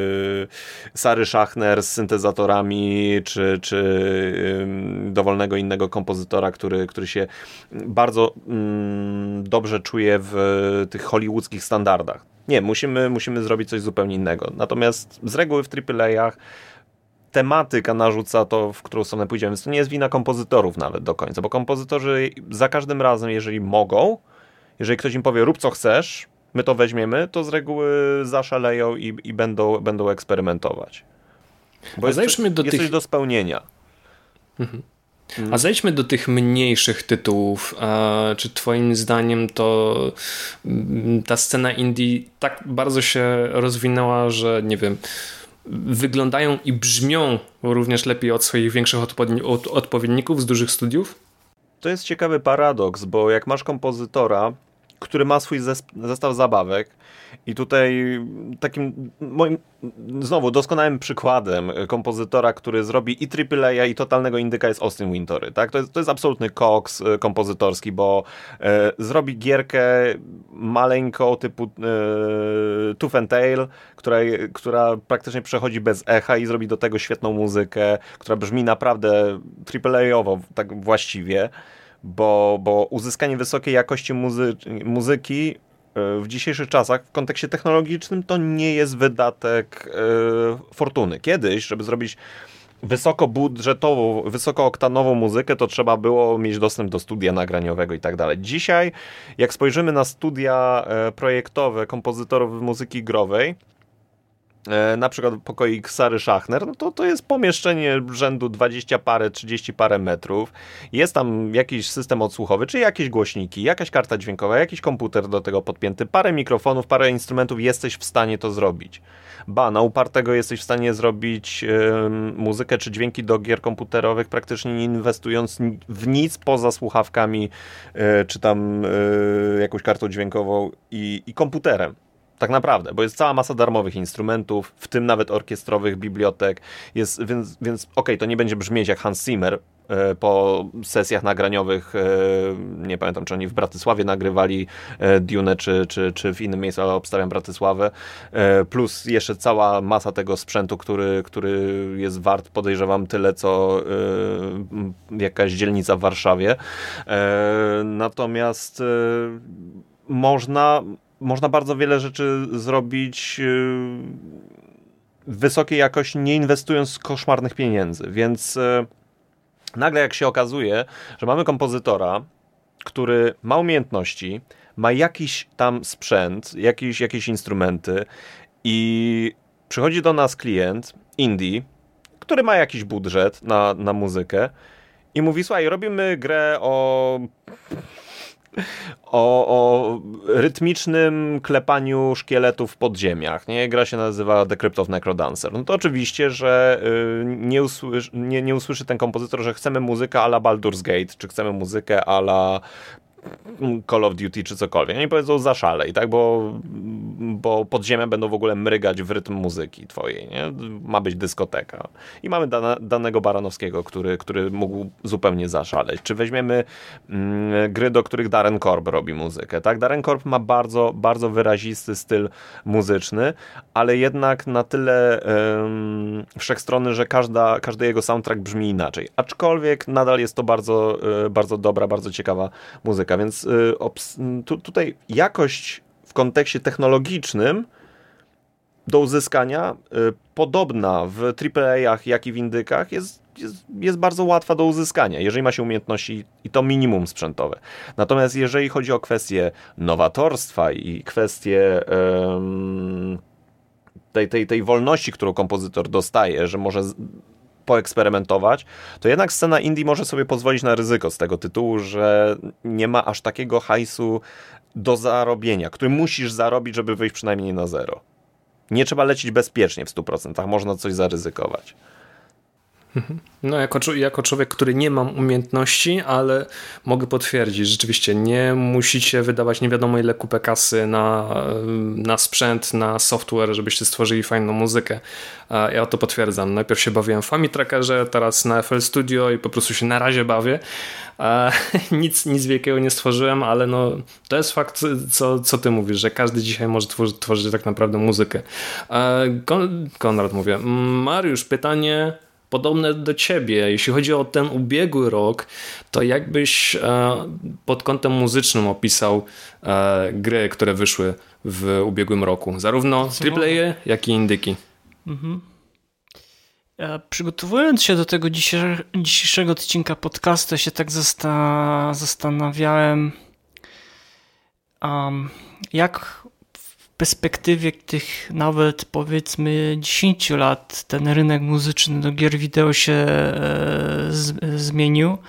Sary Schachner z syntezatorami, czy dowolnego innego kompozytora, który się bardzo dobrze czuje w tych hollywoodzkich standardach. Nie, musimy zrobić coś zupełnie innego. Natomiast z reguły w AAA-ach tematyka narzuca to, w którą stronę pójdziemy. Więc to nie jest wina kompozytorów nawet do końca, bo kompozytorzy za każdym razem, jeżeli mogą, jeżeli ktoś im powie rób co chcesz, my to weźmiemy, to z reguły zaszaleją i będą eksperymentować. Bo jest coś do spełnienia. Mhm. A zejdźmy do tych mniejszych tytułów. Czy twoim zdaniem to ta scena indie tak bardzo się rozwinęła, że nie wiem, wyglądają i brzmią również lepiej od swoich większych odpowiedników z dużych studiów? To jest ciekawy paradoks, bo jak masz kompozytora, który ma swój zestaw zabawek i tutaj takim moim znowu doskonałym przykładem kompozytora, który zrobi i AAA i totalnego indyka jest Austin Wintory. Tak? To jest absolutny koks kompozytorski, bo zrobi gierkę maleńką typu Tooth and Tail, która praktycznie przechodzi bez echa i zrobi do tego świetną muzykę, która brzmi naprawdę AAA-owo, tak właściwie. Bo uzyskanie wysokiej jakości muzyki w dzisiejszych czasach w kontekście technologicznym to nie jest wydatek fortuny. Kiedyś, żeby zrobić wysokobudżetową, wysokooktanową muzykę, to trzeba było mieć dostęp do studia nagraniowego i tak dalej. Dzisiaj, jak spojrzymy na studia projektowe kompozytorów muzyki growej, na przykład pokoik Sary Schachner, no to jest pomieszczenie rzędu 20 parę, 30 parę metrów. Jest tam jakiś system odsłuchowy, czy jakieś głośniki, jakaś karta dźwiękowa, jakiś komputer do tego podpięty, parę mikrofonów, parę instrumentów, jesteś w stanie to zrobić. Na upartego jesteś w stanie zrobić muzykę czy dźwięki do gier komputerowych, praktycznie nie inwestując w nic poza słuchawkami, czy tam jakąś kartą dźwiękową i komputerem. Tak naprawdę, bo jest cała masa darmowych instrumentów, w tym nawet orkiestrowych, bibliotek, więc to nie będzie brzmieć jak Hans Zimmer po sesjach nagraniowych, nie pamiętam, czy oni w Bratysławie nagrywali Dune, czy w innym miejscu, ale obstawiam Bratysławę, plus jeszcze cała masa tego sprzętu, który jest wart, podejrzewam, tyle, co jakaś dzielnica w Warszawie. Natomiast można bardzo wiele rzeczy zrobić w wysokiej jakości, nie inwestując koszmarnych pieniędzy. Więc nagle jak się okazuje, że mamy kompozytora, który ma umiejętności, ma jakiś tam sprzęt, jakieś instrumenty i przychodzi do nas klient indie, który ma jakiś budżet na muzykę i mówi, słuchaj, robimy grę o o rytmicznym klepaniu szkieletów w podziemiach. Nie? Gra się nazywa The Crypt of Necrodancer. No to oczywiście, że nie usłyszy ten kompozytor, że chcemy muzykę a la Baldur's Gate, czy chcemy muzykę a la Call of Duty czy cokolwiek. Oni powiedzą zaszalej, tak? Bo podziemia będą w ogóle mrygać w rytm muzyki twojej. Nie? Ma być dyskoteka. I mamy danego Baranowskiego, który mógł zupełnie zaszaleć. Czy weźmiemy gry, do których Darren Korb robi muzykę, tak? Darren Korb ma bardzo, bardzo wyrazisty styl muzyczny, ale jednak na tyle wszechstronny, że każdy jego soundtrack brzmi inaczej. Aczkolwiek nadal jest to bardzo, bardzo dobra, bardzo ciekawa muzyka. Więc tutaj jakość w kontekście technologicznym do uzyskania podobna w AAA-ach, jak i w indykach jest bardzo łatwa do uzyskania, jeżeli ma się umiejętności i to minimum sprzętowe. Natomiast jeżeli chodzi o kwestie nowatorstwa i kwestie tej wolności, którą kompozytor dostaje, że może poeksperymentować, to jednak scena indie może sobie pozwolić na ryzyko z tego tytułu, że nie ma aż takiego hajsu do zarobienia, który musisz zarobić, żeby wyjść przynajmniej na zero. Nie trzeba lecieć bezpiecznie w 100%, można coś zaryzykować. No, jako człowiek, który nie mam umiejętności, ale mogę potwierdzić, rzeczywiście nie musicie wydawać nie wiadomo ile kupę kasy na sprzęt, na software, żebyście stworzyli fajną muzykę. Ja to potwierdzam. Najpierw się bawiłem w Famitrackerze, teraz na FL Studio i po prostu się na razie bawię. Nic wielkiego nie stworzyłem, ale no, to jest fakt, co ty mówisz, że każdy dzisiaj może tworzyć tak naprawdę muzykę. Konrad mówię. Mariusz, pytanie podobne do ciebie. Jeśli chodzi o ten ubiegły rok, to jakbyś pod kątem muzycznym opisał gry, które wyszły w ubiegłym roku? Zarówno AAA, jak i indyki. Przygotowując się do tego dzisiejszego odcinka podcastu, się tak zastanawiałem, jak w perspektywie tych nawet powiedzmy 10 lat ten rynek muzyczny do gier wideo się zmienił.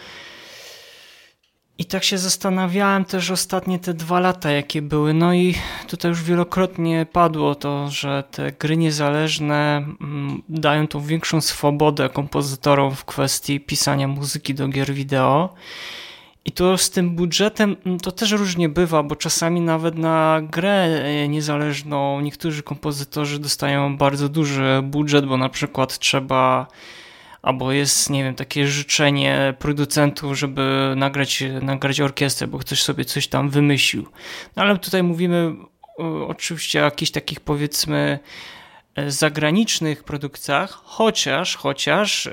I tak się zastanawiałem też ostatnie te 2 lata, jakie były. No i tutaj już wielokrotnie padło to, że te gry niezależne dają tą większą swobodę kompozytorom w kwestii pisania muzyki do gier wideo. I to z tym budżetem to też różnie bywa, bo czasami nawet na grę niezależną niektórzy kompozytorzy dostają bardzo duży budżet, bo na przykład trzeba, albo jest, nie wiem, takie życzenie producentów, żeby nagrać orkiestrę, bo ktoś sobie coś tam wymyślił. No ale tutaj mówimy oczywiście o jakichś takich, powiedzmy, zagranicznych produkcjach, chociaż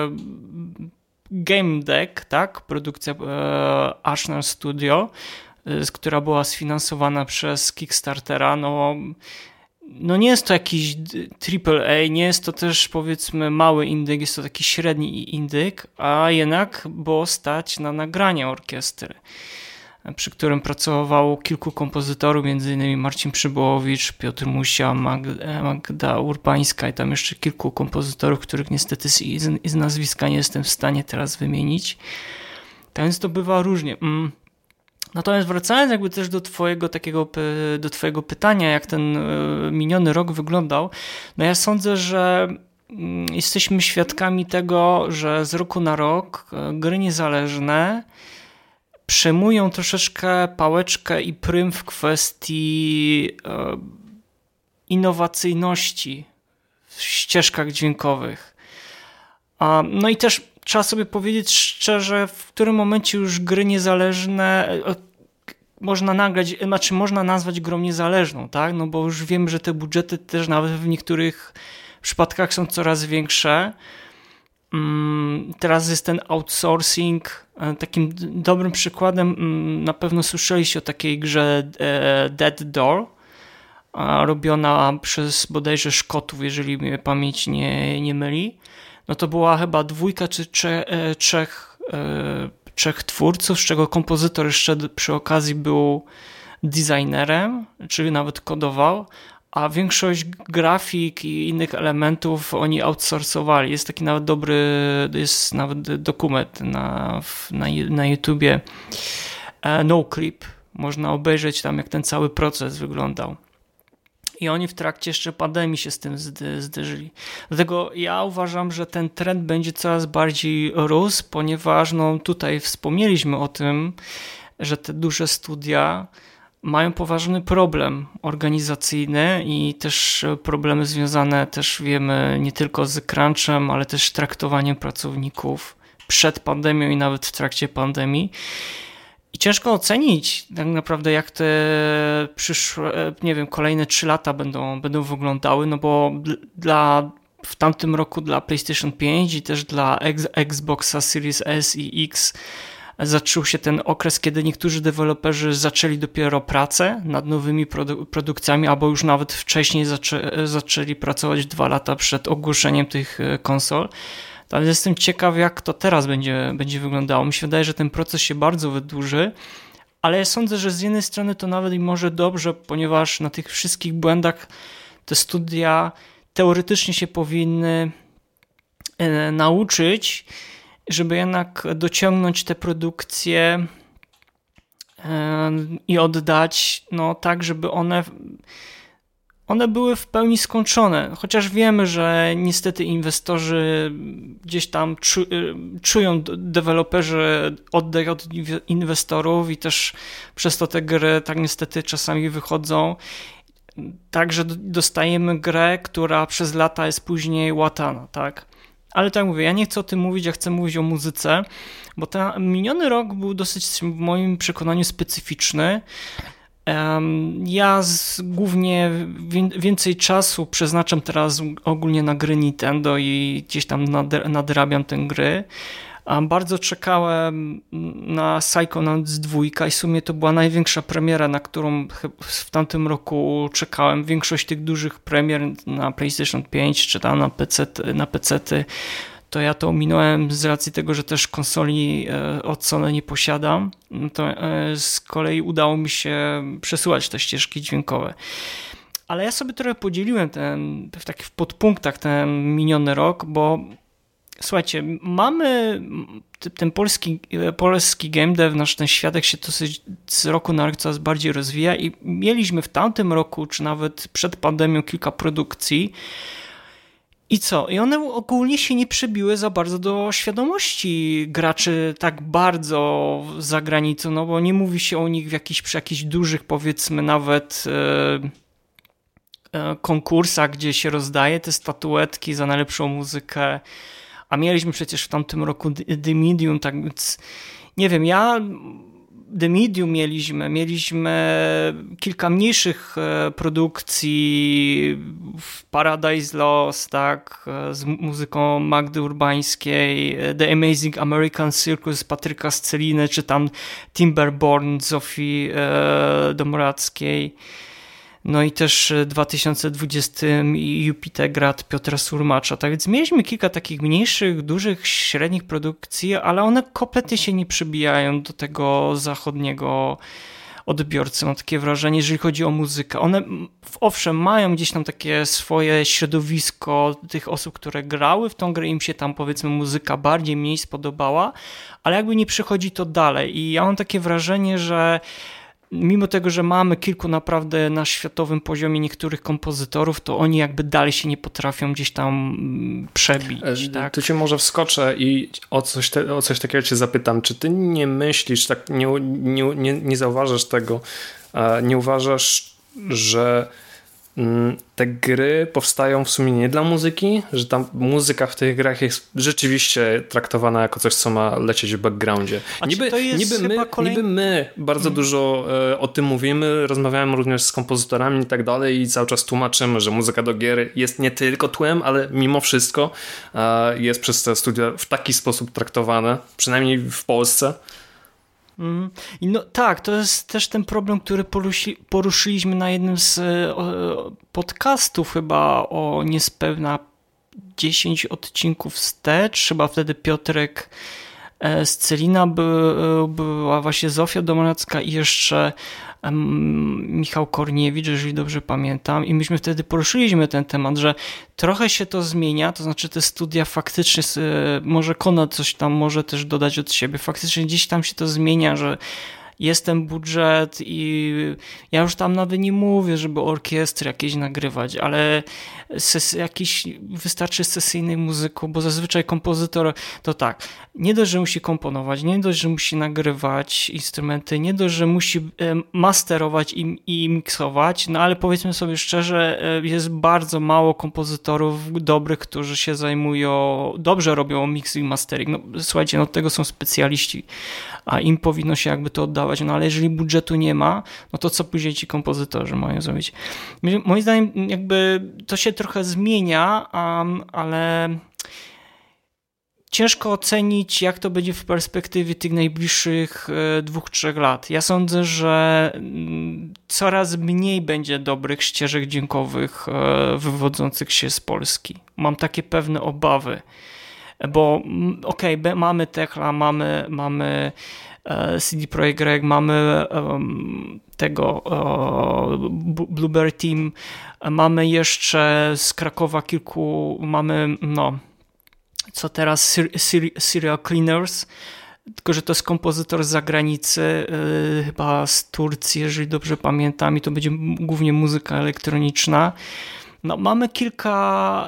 Game Deck, tak, produkcja Arsenal Studio, która była sfinansowana przez Kickstartera, no nie jest to jakiś AAA, nie jest to też, powiedzmy, mały indyk, jest to taki średni indyk, a jednak było stać na nagranie orkiestry, przy którym pracowało kilku kompozytorów, m.in. Marcin Przybyłowicz, Piotr Musia, Magda Urbańska i tam jeszcze kilku kompozytorów, których niestety z nazwiska nie jestem w stanie teraz wymienić. Tak więc to bywa różnie. Natomiast wracając jakby też do twojego pytania, jak ten miniony rok wyglądał, no ja sądzę, że jesteśmy świadkami tego, że z roku na rok gry niezależne przejmują troszeczkę pałeczkę i prym w kwestii innowacyjności w ścieżkach dźwiękowych. No i też trzeba sobie powiedzieć szczerze, w którym momencie już gry niezależne można nazwać grą niezależną, tak? No bo już wiem, że te budżety też nawet w niektórych przypadkach są coraz większe. Teraz jest ten outsourcing. Takim dobrym przykładem na pewno słyszeliście o takiej grze Dead Door, robiona przez bodajże Szkotów, jeżeli mnie pamięć nie myli. No to była chyba 2 czy 3 twórców, z czego kompozytor jeszcze przy okazji był designerem, czyli nawet kodował, a większość grafik i innych elementów oni outsourcowali. Jest taki nawet jest nawet dokument na YouTubie Noclip. Można obejrzeć tam, jak ten cały proces wyglądał. I oni w trakcie jeszcze pandemii się z tym zderzyli. Dlatego ja uważam, że ten trend będzie coraz bardziej rósł, ponieważ tutaj wspomnieliśmy o tym, że te duże studia mają poważny problem organizacyjny i też problemy związane, też wiemy, nie tylko z crunchem, ale też traktowaniem pracowników przed pandemią i nawet w trakcie pandemii. I ciężko ocenić tak naprawdę, jak te przyszłe, kolejne 3 lata będą wyglądały, no bo w tamtym roku dla PlayStation 5 i też dla Xboxa Series S i X zaczął się ten okres, kiedy niektórzy deweloperzy zaczęli dopiero pracę nad nowymi produkcjami, albo już nawet wcześniej zaczęli pracować 2 lata przed ogłoszeniem tych konsol. Ale jestem ciekaw, jak to teraz będzie wyglądało. Mi się wydaje, że ten proces się bardzo wydłuży, ale ja sądzę, że z jednej strony to nawet i może dobrze, ponieważ na tych wszystkich błędach te studia teoretycznie się powinny nauczyć, żeby jednak dociągnąć te produkcje i oddać tak, żeby one były w pełni skończone. Chociaż wiemy, że niestety inwestorzy gdzieś tam czują, deweloperzy oddech od inwestorów i też przez to te gry tak niestety czasami wychodzą. Także dostajemy grę, która przez lata jest później łatana, tak? Ale tak mówię, ja nie chcę o tym mówić, ja chcę mówić o muzyce, bo ten miniony rok był dosyć w moim przekonaniu specyficzny. Ja głównie więcej czasu przeznaczam teraz ogólnie na gry Nintendo i gdzieś tam nadrabiam te gry. Bardzo czekałem na Psychonauts 2 i w sumie to była największa premiera, na którą w tamtym roku czekałem. Większość tych dużych premier na PlayStation 5 czy tam na PC-ty, to ja to ominąłem z racji tego, że też konsoli od Sony nie posiadam. To z kolei udało mi się przesyłać te ścieżki dźwiękowe. Ale ja sobie trochę podzieliłem w podpunktach ten miniony rok, bo słuchajcie, mamy ten polski game dev, ten światek się dosyć z roku na rok coraz bardziej rozwija i mieliśmy w tamtym roku, czy nawet przed pandemią kilka produkcji. I co? I one ogólnie się nie przebiły za bardzo do świadomości graczy tak bardzo za granicą, no bo nie mówi się o nich przy jakichś dużych, powiedzmy nawet konkursach, gdzie się rozdaje te statuetki za najlepszą muzykę, a mieliśmy przecież w tamtym roku The Medium, tak więc nie wiem, The Medium mieliśmy kilka mniejszych produkcji, Paradise Lost, tak, z muzyką Magdy Urbańskiej, The Amazing American Circus Patryka Sceliny, czy tam Timberborn Zofii Domrackiej. No i też w 2020 Jupitergrad Piotra Surmacza. Tak więc mieliśmy kilka takich mniejszych, dużych, średnich produkcji, ale one kompletnie się nie przybijają do tego zachodniego odbiorcy. Mam takie wrażenie, jeżeli chodzi o muzykę. One owszem mają gdzieś tam takie swoje środowisko tych osób, które grały w tą grę, im się tam powiedzmy muzyka mniej spodobała, ale jakby nie przychodzi to dalej. I ja mam takie wrażenie, że mimo tego, że mamy kilku naprawdę na światowym poziomie niektórych kompozytorów, to oni jakby dalej się nie potrafią gdzieś tam przebić. Tak? Tu cię może wskoczę i o coś takiego cię zapytam. Czy ty nie myślisz, tak nie zauważasz tego, nie uważasz, że te gry powstają w sumie nie dla muzyki, że tam muzyka w tych grach jest rzeczywiście traktowana jako coś, co ma lecieć w backgroundzie. Niby my bardzo dużo o tym mówimy, rozmawiamy również z kompozytorami i tak dalej i cały czas tłumaczymy, że muzyka do gier jest nie tylko tłem, ale mimo wszystko jest przez te studia w taki sposób traktowane, przynajmniej w Polsce. I no tak, to jest też ten problem, który poruszyliśmy na jednym z podcastów chyba o niespełna 10 odcinków wstecz, chyba wtedy Piotrek Scelina była właśnie Zofia Domracka i jeszcze Michał Korniewicz, jeżeli dobrze pamiętam, i myśmy wtedy poruszyliśmy ten temat, że trochę się to zmienia, to znaczy te studia faktycznie, może Konrad coś tam może też dodać od siebie, faktycznie gdzieś tam się to zmienia, że jest ten budżet i ja już tam nawet nie mówię, żeby orkiestry jakieś nagrywać, ale jakiś wystarczy sesyjnej muzyku, bo zazwyczaj kompozytor to tak, nie dość, że musi komponować, nie dość, że musi nagrywać instrumenty, nie dość, że musi masterować i miksować, no ale powiedzmy sobie szczerze, jest bardzo mało kompozytorów dobrych, którzy się zajmują, dobrze robią mix i mastering. No słuchajcie, no tego są specjaliści, a im powinno się jakby to oddawać, no ale jeżeli budżetu nie ma, no to co później ci kompozytorzy mają zrobić? Moim zdaniem jakby to się trochę zmienia, ale ciężko ocenić, jak to będzie w perspektywie tych najbliższych 2-3 lat. Ja sądzę, że coraz mniej będzie dobrych ścieżek dźwiękowych wywodzących się z Polski. Mam takie pewne obawy, bo mamy Techla, mamy CD Projekt Red, mamy tego Blueberry Team, mamy jeszcze z Krakowa mamy co teraz Serial Cleaners, tylko że to jest kompozytor z zagranicy, chyba z Turcji, jeżeli dobrze pamiętam, i to będzie głównie muzyka elektroniczna. No, mamy kilka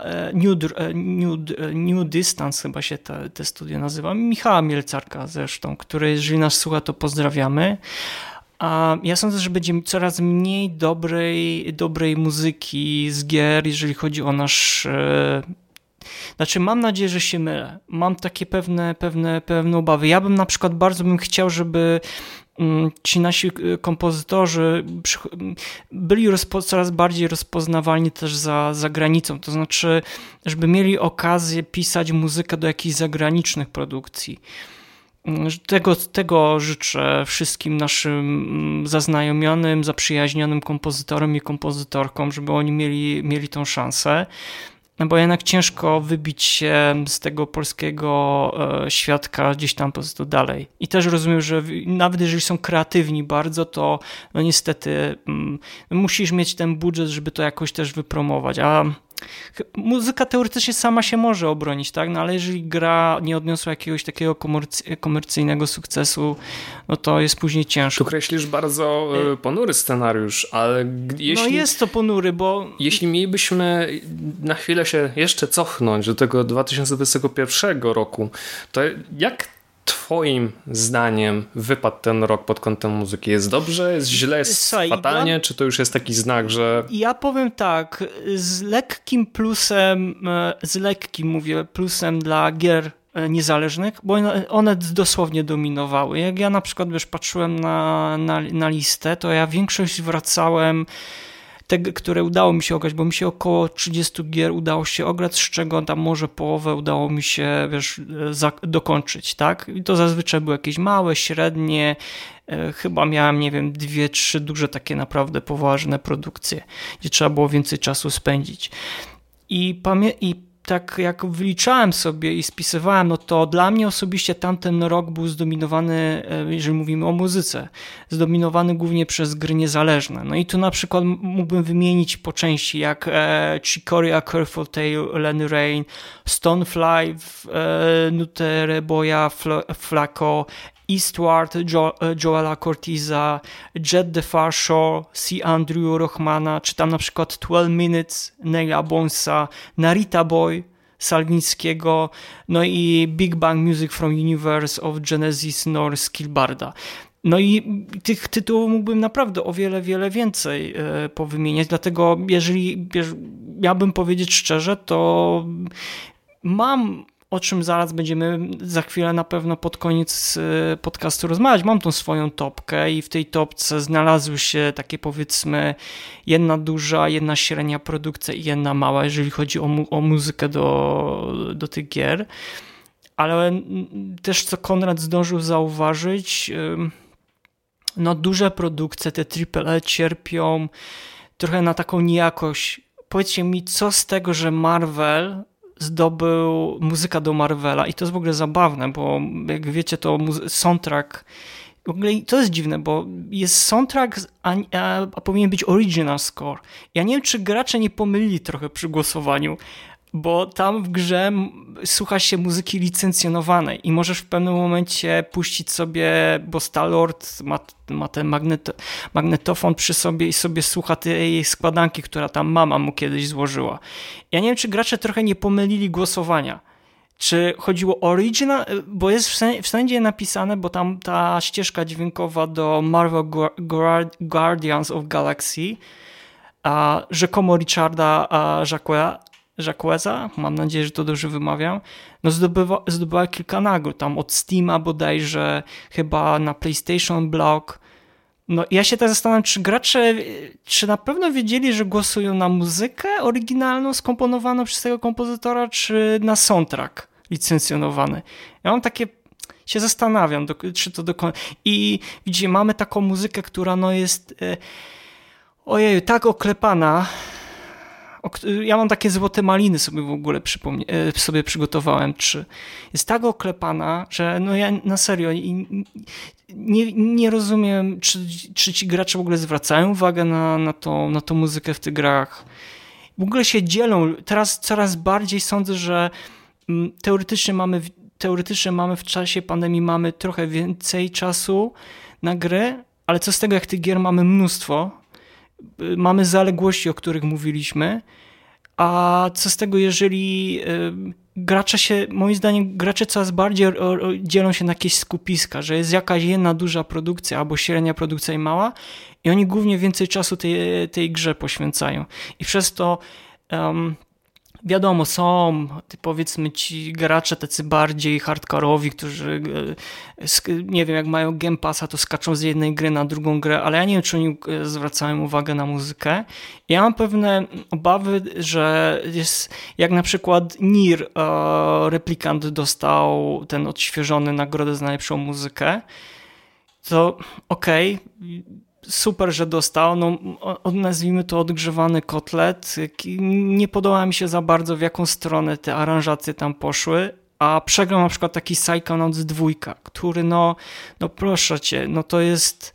New Distance, chyba się te studia nazywa, Michała Mielcarka zresztą, który jeżeli nas słucha, to pozdrawiamy. A ja sądzę, że będzie coraz mniej dobrej muzyki z gier, jeżeli chodzi o nasz... Znaczy mam nadzieję, że się mylę. Mam takie pewne obawy. Ja bym na przykład bardzo chciał, żeby ci nasi kompozytorzy byli coraz bardziej rozpoznawalni też za granicą. To znaczy, żeby mieli okazję pisać muzykę do jakichś zagranicznych produkcji. Tego życzę wszystkim naszym zaznajomionym, zaprzyjaźnionym kompozytorom i kompozytorkom, żeby oni mieli tą szansę. No bo jednak ciężko wybić się z tego polskiego świadka gdzieś tam po prostu dalej. I też rozumiem, że nawet jeżeli są kreatywni bardzo, to no niestety musisz mieć ten budżet, żeby to jakoś też wypromować. A muzyka teoretycznie sama się może obronić, tak? No ale jeżeli gra nie odniosła jakiegoś takiego komercyjnego sukcesu, no to jest później ciężko. Tu kreślisz bardzo ponury scenariusz, ale jeśli... No jest to ponury, bo... Jeśli mielibyśmy na chwilę się jeszcze cofnąć do tego 2021 roku, to jak twoim zdaniem wypadł ten rok pod kątem muzyki? Jest dobrze, jest źle, jest fatalnie, czy to już jest taki znak, że... Ja powiem tak, z lekkim plusem dla gier niezależnych, bo one dosłownie dominowały. Jak ja na przykład patrzyłem na listę, to ja większość wracałem te, które udało mi się ograć, bo mi się około 30 gier udało się ograć, z czego tam może połowę udało mi się, dokończyć, tak? I to zazwyczaj były jakieś małe, średnie, chyba miałem, nie wiem, 2-3 duże takie naprawdę poważne produkcje, gdzie trzeba było więcej czasu spędzić. I tak jak wyliczałem sobie i spisywałem, no to dla mnie osobiście tamten rok był zdominowany, jeżeli mówimy o muzyce, zdominowany głównie przez gry niezależne. No i tu na przykład mógłbym wymienić po części jak Chicory, A Careful Tale, Lenny Rain, Stonefly, Nutere Boya, Flaco, Eastward, Joela Cortiza, Jet the Far Shore, C. Andrew Rochmana, czy tam na przykład 12 Minutes, Neila Bonesa, Narita Boy, Salwińskiego, no i Big Bang Music from Universe of Genesis Norse Kilbarda. No i tych tytułów mógłbym naprawdę o wiele więcej powymieniać, dlatego jeżeli miałbym powiedzieć szczerze, to mam, o czym zaraz będziemy za chwilę na pewno pod koniec podcastu rozmawiać. Mam tą swoją topkę i w tej topce znalazły się takie powiedzmy jedna duża, jedna średnia produkcja i jedna mała, jeżeli chodzi o muzykę do tych gier. Ale też co Konrad zdążył zauważyć, no duże produkcje, te AAA cierpią trochę na taką niejakość. Powiedzcie mi, co z tego, że Marvel zdobył muzyka do Marvela i to jest w ogóle zabawne, bo jak wiecie, to soundtrack, w ogóle to jest dziwne, bo jest soundtrack, a powinien być original score. Ja nie wiem, czy gracze nie pomylili trochę przy głosowaniu, bo tam w grze słucha się muzyki licencjonowanej i możesz w pewnym momencie puścić sobie, bo Star-Lord ma ten magnetofon przy sobie i sobie słucha tej składanki, która tam mama mu kiedyś złożyła. Ja nie wiem, czy gracze trochę nie pomylili głosowania. Czy chodziło o original, bo jest wszędzie napisane, bo tam ta ścieżka dźwiękowa do Marvel Guardians of Galaxy, a rzekomo Richarda Jacqueza, mam nadzieję, że to dobrze wymawiam, no zdobyła kilka nagród, tam od Steama bodajże, chyba na PlayStation Blog. No ja się tak zastanawiam, czy gracze, czy na pewno wiedzieli, że głosują na muzykę oryginalną, skomponowaną przez tego kompozytora, czy na soundtrack licencjonowany. Ja mam takie, się zastanawiam, czy to dokładnie. I widzicie, mamy taką muzykę, która no jest, ojeju, tak oklepana. Ja mam takie złote maliny sobie w ogóle sobie przygotowałem, czy jest tak oklepana, że no ja na serio nie rozumiem, czy ci gracze w ogóle zwracają uwagę na tą muzykę w tych grach. W ogóle się dzielą. Teraz coraz bardziej sądzę, że teoretycznie mamy w czasie pandemii mamy trochę więcej czasu na gry, ale co z tego, jak tych gier mamy mnóstwo, mamy zaległości, o których mówiliśmy, a co z tego, jeżeli gracze się, moim zdaniem, gracze coraz bardziej dzielą się na jakieś skupiska, że jest jakaś jedna duża produkcja albo średnia produkcja i mała i oni głównie więcej czasu tej grze poświęcają. I przez to wiadomo, są powiedzmy ci gracze tacy bardziej hardkorowi, którzy nie wiem, jak mają Game Passa, to skaczą z jednej gry na drugą grę, ale ja nie wiem, czy oni zwracają uwagę na muzykę. Ja mam pewne obawy, że jest, jak na przykład Nier Replicant dostał ten odświeżony nagrodę za najlepszą muzykę, to okej, super, że dostał, no nazwijmy to odgrzewany kotlet. Nie podoba mi się za bardzo, w jaką stronę te aranżacje tam poszły, a przegrał na przykład taki Psychonauts 2, który no proszę cię, no to jest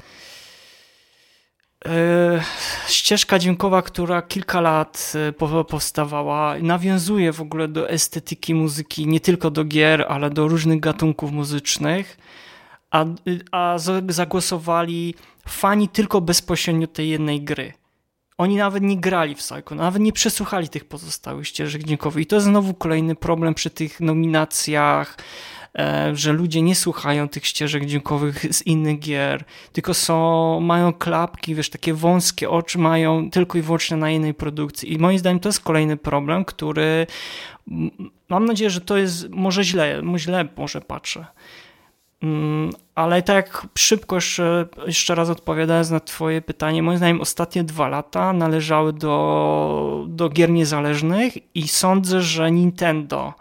ścieżka dźwiękowa, która kilka lat powstawała, nawiązuje w ogóle do estetyki muzyki, nie tylko do gier, ale do różnych gatunków muzycznych, a zagłosowali fani tylko bezpośrednio tej jednej gry. Oni nawet nie grali w Psycho, nawet nie przesłuchali tych pozostałych ścieżek dźwiękowych. I to jest znowu kolejny problem przy tych nominacjach, że ludzie nie słuchają tych ścieżek dźwiękowych z innych gier, tylko mają klapki, wiesz, takie wąskie oczy mają tylko i wyłącznie na jednej produkcji. I moim zdaniem to jest kolejny problem, który mam nadzieję, że to jest może źle może patrzę. Ale tak jak szybko jeszcze raz odpowiadając na twoje pytanie, moim zdaniem ostatnie 2 lata należały do gier niezależnych i sądzę, że Nintendo,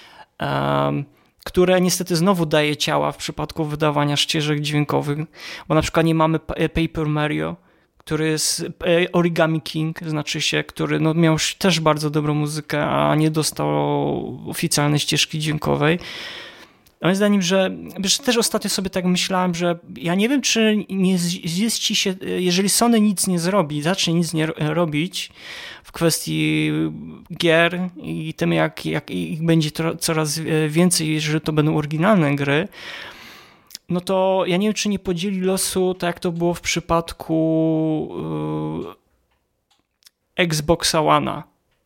które niestety znowu daje ciała w przypadku wydawania ścieżek dźwiękowych, bo na przykład nie mamy Paper Mario, który jest Origami King, znaczy się, który no miał też bardzo dobrą muzykę, a nie dostał oficjalnej ścieżki dźwiękowej. Moim zdaniem, że też ostatnio sobie tak myślałem, że ja nie wiem, czy nie zjeści się, jeżeli Sony nic nie zrobi, zacznie nic nie robić w kwestii gier i tym, jak ich będzie coraz więcej, jeżeli to będą oryginalne gry, no to ja nie wiem, czy nie podzieli losu, tak jak to było w przypadku Xboxa One'a.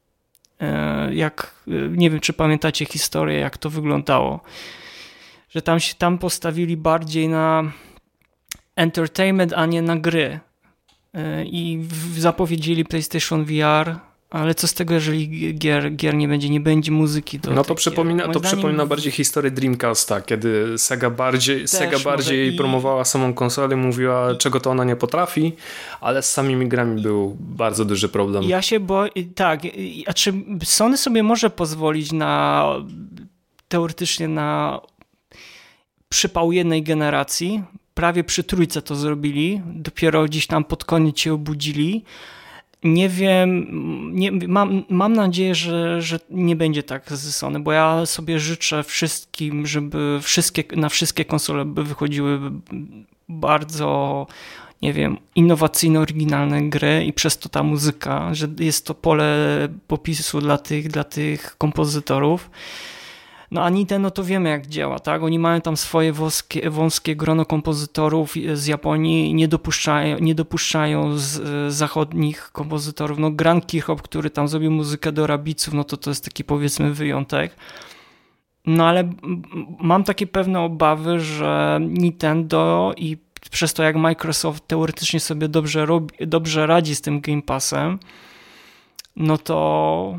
Nie wiem, czy pamiętacie historię, jak to wyglądało. Że tam postawili bardziej na entertainment, a nie na gry. I zapowiedzieli PlayStation VR, ale co z tego, jeżeli gier nie będzie muzyki. No to przypomina bardziej historię Dreamcasta, kiedy Sega bardziej promowała samą konsolę, mówiła, czego to ona nie potrafi, ale z samymi grami był bardzo duży problem. Ja się boję, tak, a czy Sony sobie może pozwolić teoretycznie na przypał jednej generacji, prawie przy trójce to zrobili, dopiero gdzieś tam pod koniec się obudzili. Nie wiem, mam nadzieję, że nie będzie tak ze Sony, bo ja sobie życzę wszystkim, żeby na wszystkie konsole by wychodziły bardzo nie wiem, innowacyjne, oryginalne gry i przez to ta muzyka, że jest to pole popisu dla tych kompozytorów. No a Nintendo to wiemy jak działa, tak? Oni mają tam swoje wąskie grono kompozytorów z Japonii, nie dopuszczają z zachodnich kompozytorów. No Grant Kirchhoff, który tam zrobił muzykę do Rabiców, no to jest taki powiedzmy wyjątek. No ale mam takie pewne obawy, że Nintendo i przez to jak Microsoft teoretycznie sobie dobrze radzi z tym Game Passem, no to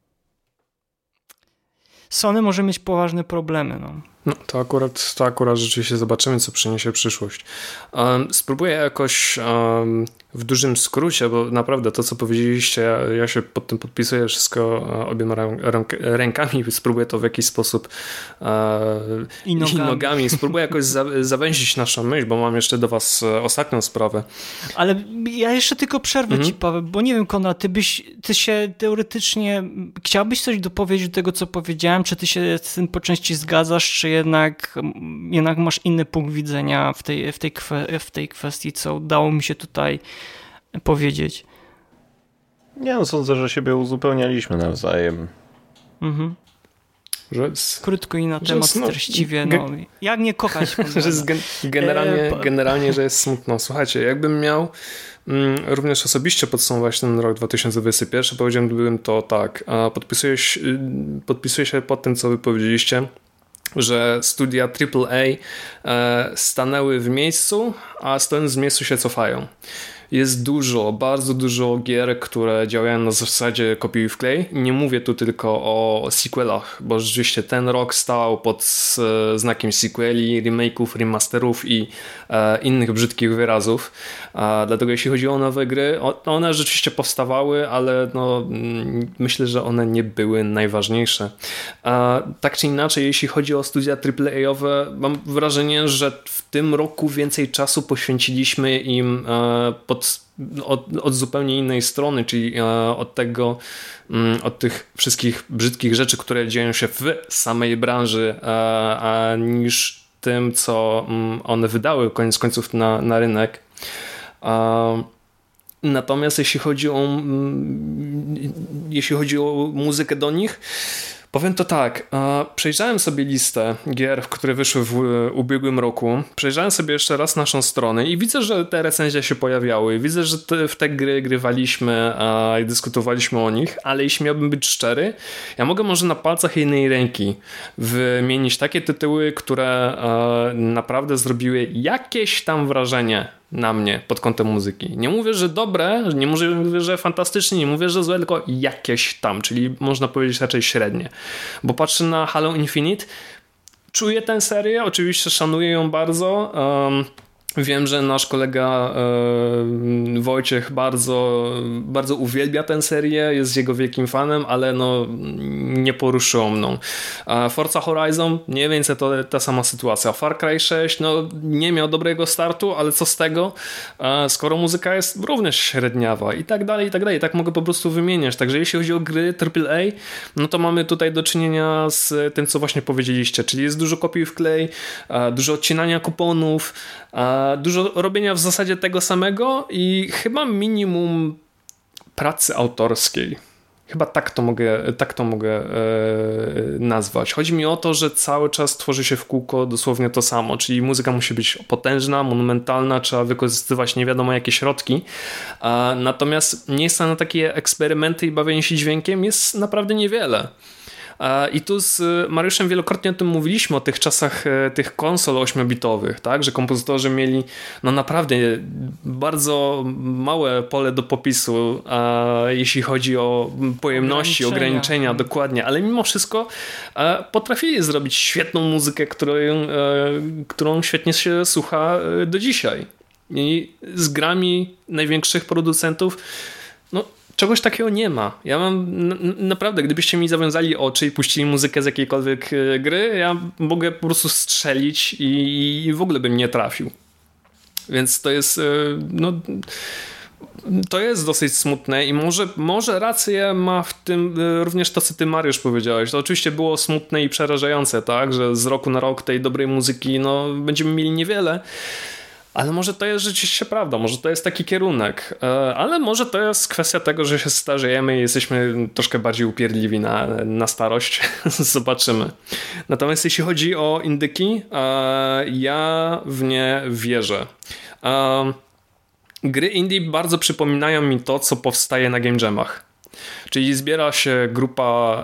Sony może mieć poważne problemy. No, to akurat rzeczywiście zobaczymy, co przyniesie przyszłość. Spróbuję jakoś w dużym skrócie, bo naprawdę to, co powiedzieliście, ja się pod tym podpisuję wszystko obiema rękami, spróbuję to w jakiś sposób i nogami. Spróbuję jakoś zawęzić naszą myśl, bo mam jeszcze do was ostatnią sprawę. Ale ja jeszcze tylko przerwę ci, Paweł, bo nie wiem, Konrad, ty się teoretycznie chciałbyś coś dopowiedzieć do tego, co powiedziałem, czy ty się z tym po części zgadzasz, czy jednak masz inny punkt widzenia w tej kwestii, co udało mi się tutaj powiedzieć? Nie, sądzę, że siebie uzupełnialiśmy nawzajem. Krótko i na temat treściwie. Jak nie kochać? Generalnie, że jest smutno. Słuchajcie, jakbym miał również osobiście podsumować ten rok 2021, powiedziałbym to tak. Podpisuję się pod tym, co wy powiedzieliście, że studia AAA stanęły w miejscu, a stojąc w miejscu się cofają. Jest bardzo dużo gier, które działają na zasadzie kopiuj wklej. Nie mówię tu tylko o sequelach, bo rzeczywiście ten rok stał pod znakiem sequeli, remake'ów, remasterów i innych brzydkich wyrazów. Dlatego jeśli chodzi o nowe gry, one rzeczywiście powstawały, ale myślę, że one nie były najważniejsze. Tak czy inaczej, jeśli chodzi o studia AAA-owe, mam wrażenie, że w tym roku więcej czasu poświęciliśmy im od zupełnie innej strony, czyli od tych wszystkich brzydkich rzeczy, które dzieją się w samej branży, niż tym, co one wydały koniec końców na rynek. Natomiast jeśli chodzi o muzykę do nich, powiem to tak, przejrzałem sobie listę gier, które wyszły w ubiegłym roku, przejrzałem sobie jeszcze raz naszą stronę i widzę, że te recenzje się pojawiały, widzę, że w te gry grywaliśmy i dyskutowaliśmy o nich, ale jeśli miałbym być szczery, ja mogę może na palcach jednej ręki wymienić takie tytuły, które naprawdę zrobiły jakieś tam wrażenie na mnie pod kątem muzyki. Nie mówię, że dobre, nie mówię, że fantastycznie, nie mówię, że złe, tylko jakieś tam, czyli można powiedzieć raczej średnie. Bo patrzę na Halo Infinite, czuję tę serię, oczywiście szanuję ją bardzo. Wiem, że nasz kolega Wojciech bardzo uwielbia tę serię, jest jego wielkim fanem, ale nie poruszyło mną. Forza Horizon, mniej więcej to ta sama sytuacja. Far Cry 6, nie miał dobrego startu, ale co z tego, skoro muzyka jest również średniawa i tak dalej, i tak dalej. Tak mogę po prostu wymieniać. Także jeśli chodzi o gry AAA, to mamy tutaj do czynienia z tym, co właśnie powiedzieliście, czyli jest dużo kopii w klej, dużo odcinania kuponów, dużo robienia w zasadzie tego samego i chyba minimum pracy autorskiej. Chyba tak to mogę nazwać. Chodzi mi o to, że cały czas tworzy się w kółko dosłownie to samo, czyli muzyka musi być potężna, monumentalna, trzeba wykorzystywać nie wiadomo jakie środki, natomiast miejsca na takie eksperymenty i bawienie się dźwiękiem jest naprawdę niewiele. I tu z Mariuszem wielokrotnie o tym mówiliśmy, o tych czasach tych konsol 8-bitowych, tak? Że kompozytorzy mieli naprawdę bardzo małe pole do popisu, jeśli chodzi o pojemności, ograniczenia, dokładnie, ale mimo wszystko potrafili zrobić świetną muzykę, którą świetnie się słucha do dzisiaj. I z grami największych producentów czegoś takiego nie ma. Ja mam naprawdę, gdybyście mi zawiązali oczy i puścili muzykę z jakiejkolwiek gry, ja mogę po prostu strzelić i w ogóle bym nie trafił. Więc to jest to jest dosyć smutne i może rację ma w tym również to, co ty, Mariusz, powiedziałeś. To oczywiście było smutne i przerażające, tak, że z roku na rok tej dobrej muzyki będziemy mieli niewiele. Ale może to jest rzeczywiście prawda, może to jest taki kierunek, ale może to jest kwestia tego, że się starzejemy i jesteśmy troszkę bardziej upierdliwi na starość. Zobaczymy. Natomiast jeśli chodzi o indyki, ja w nie wierzę. Gry indie bardzo przypominają mi to, co powstaje na game jamach. Czyli zbiera się grupa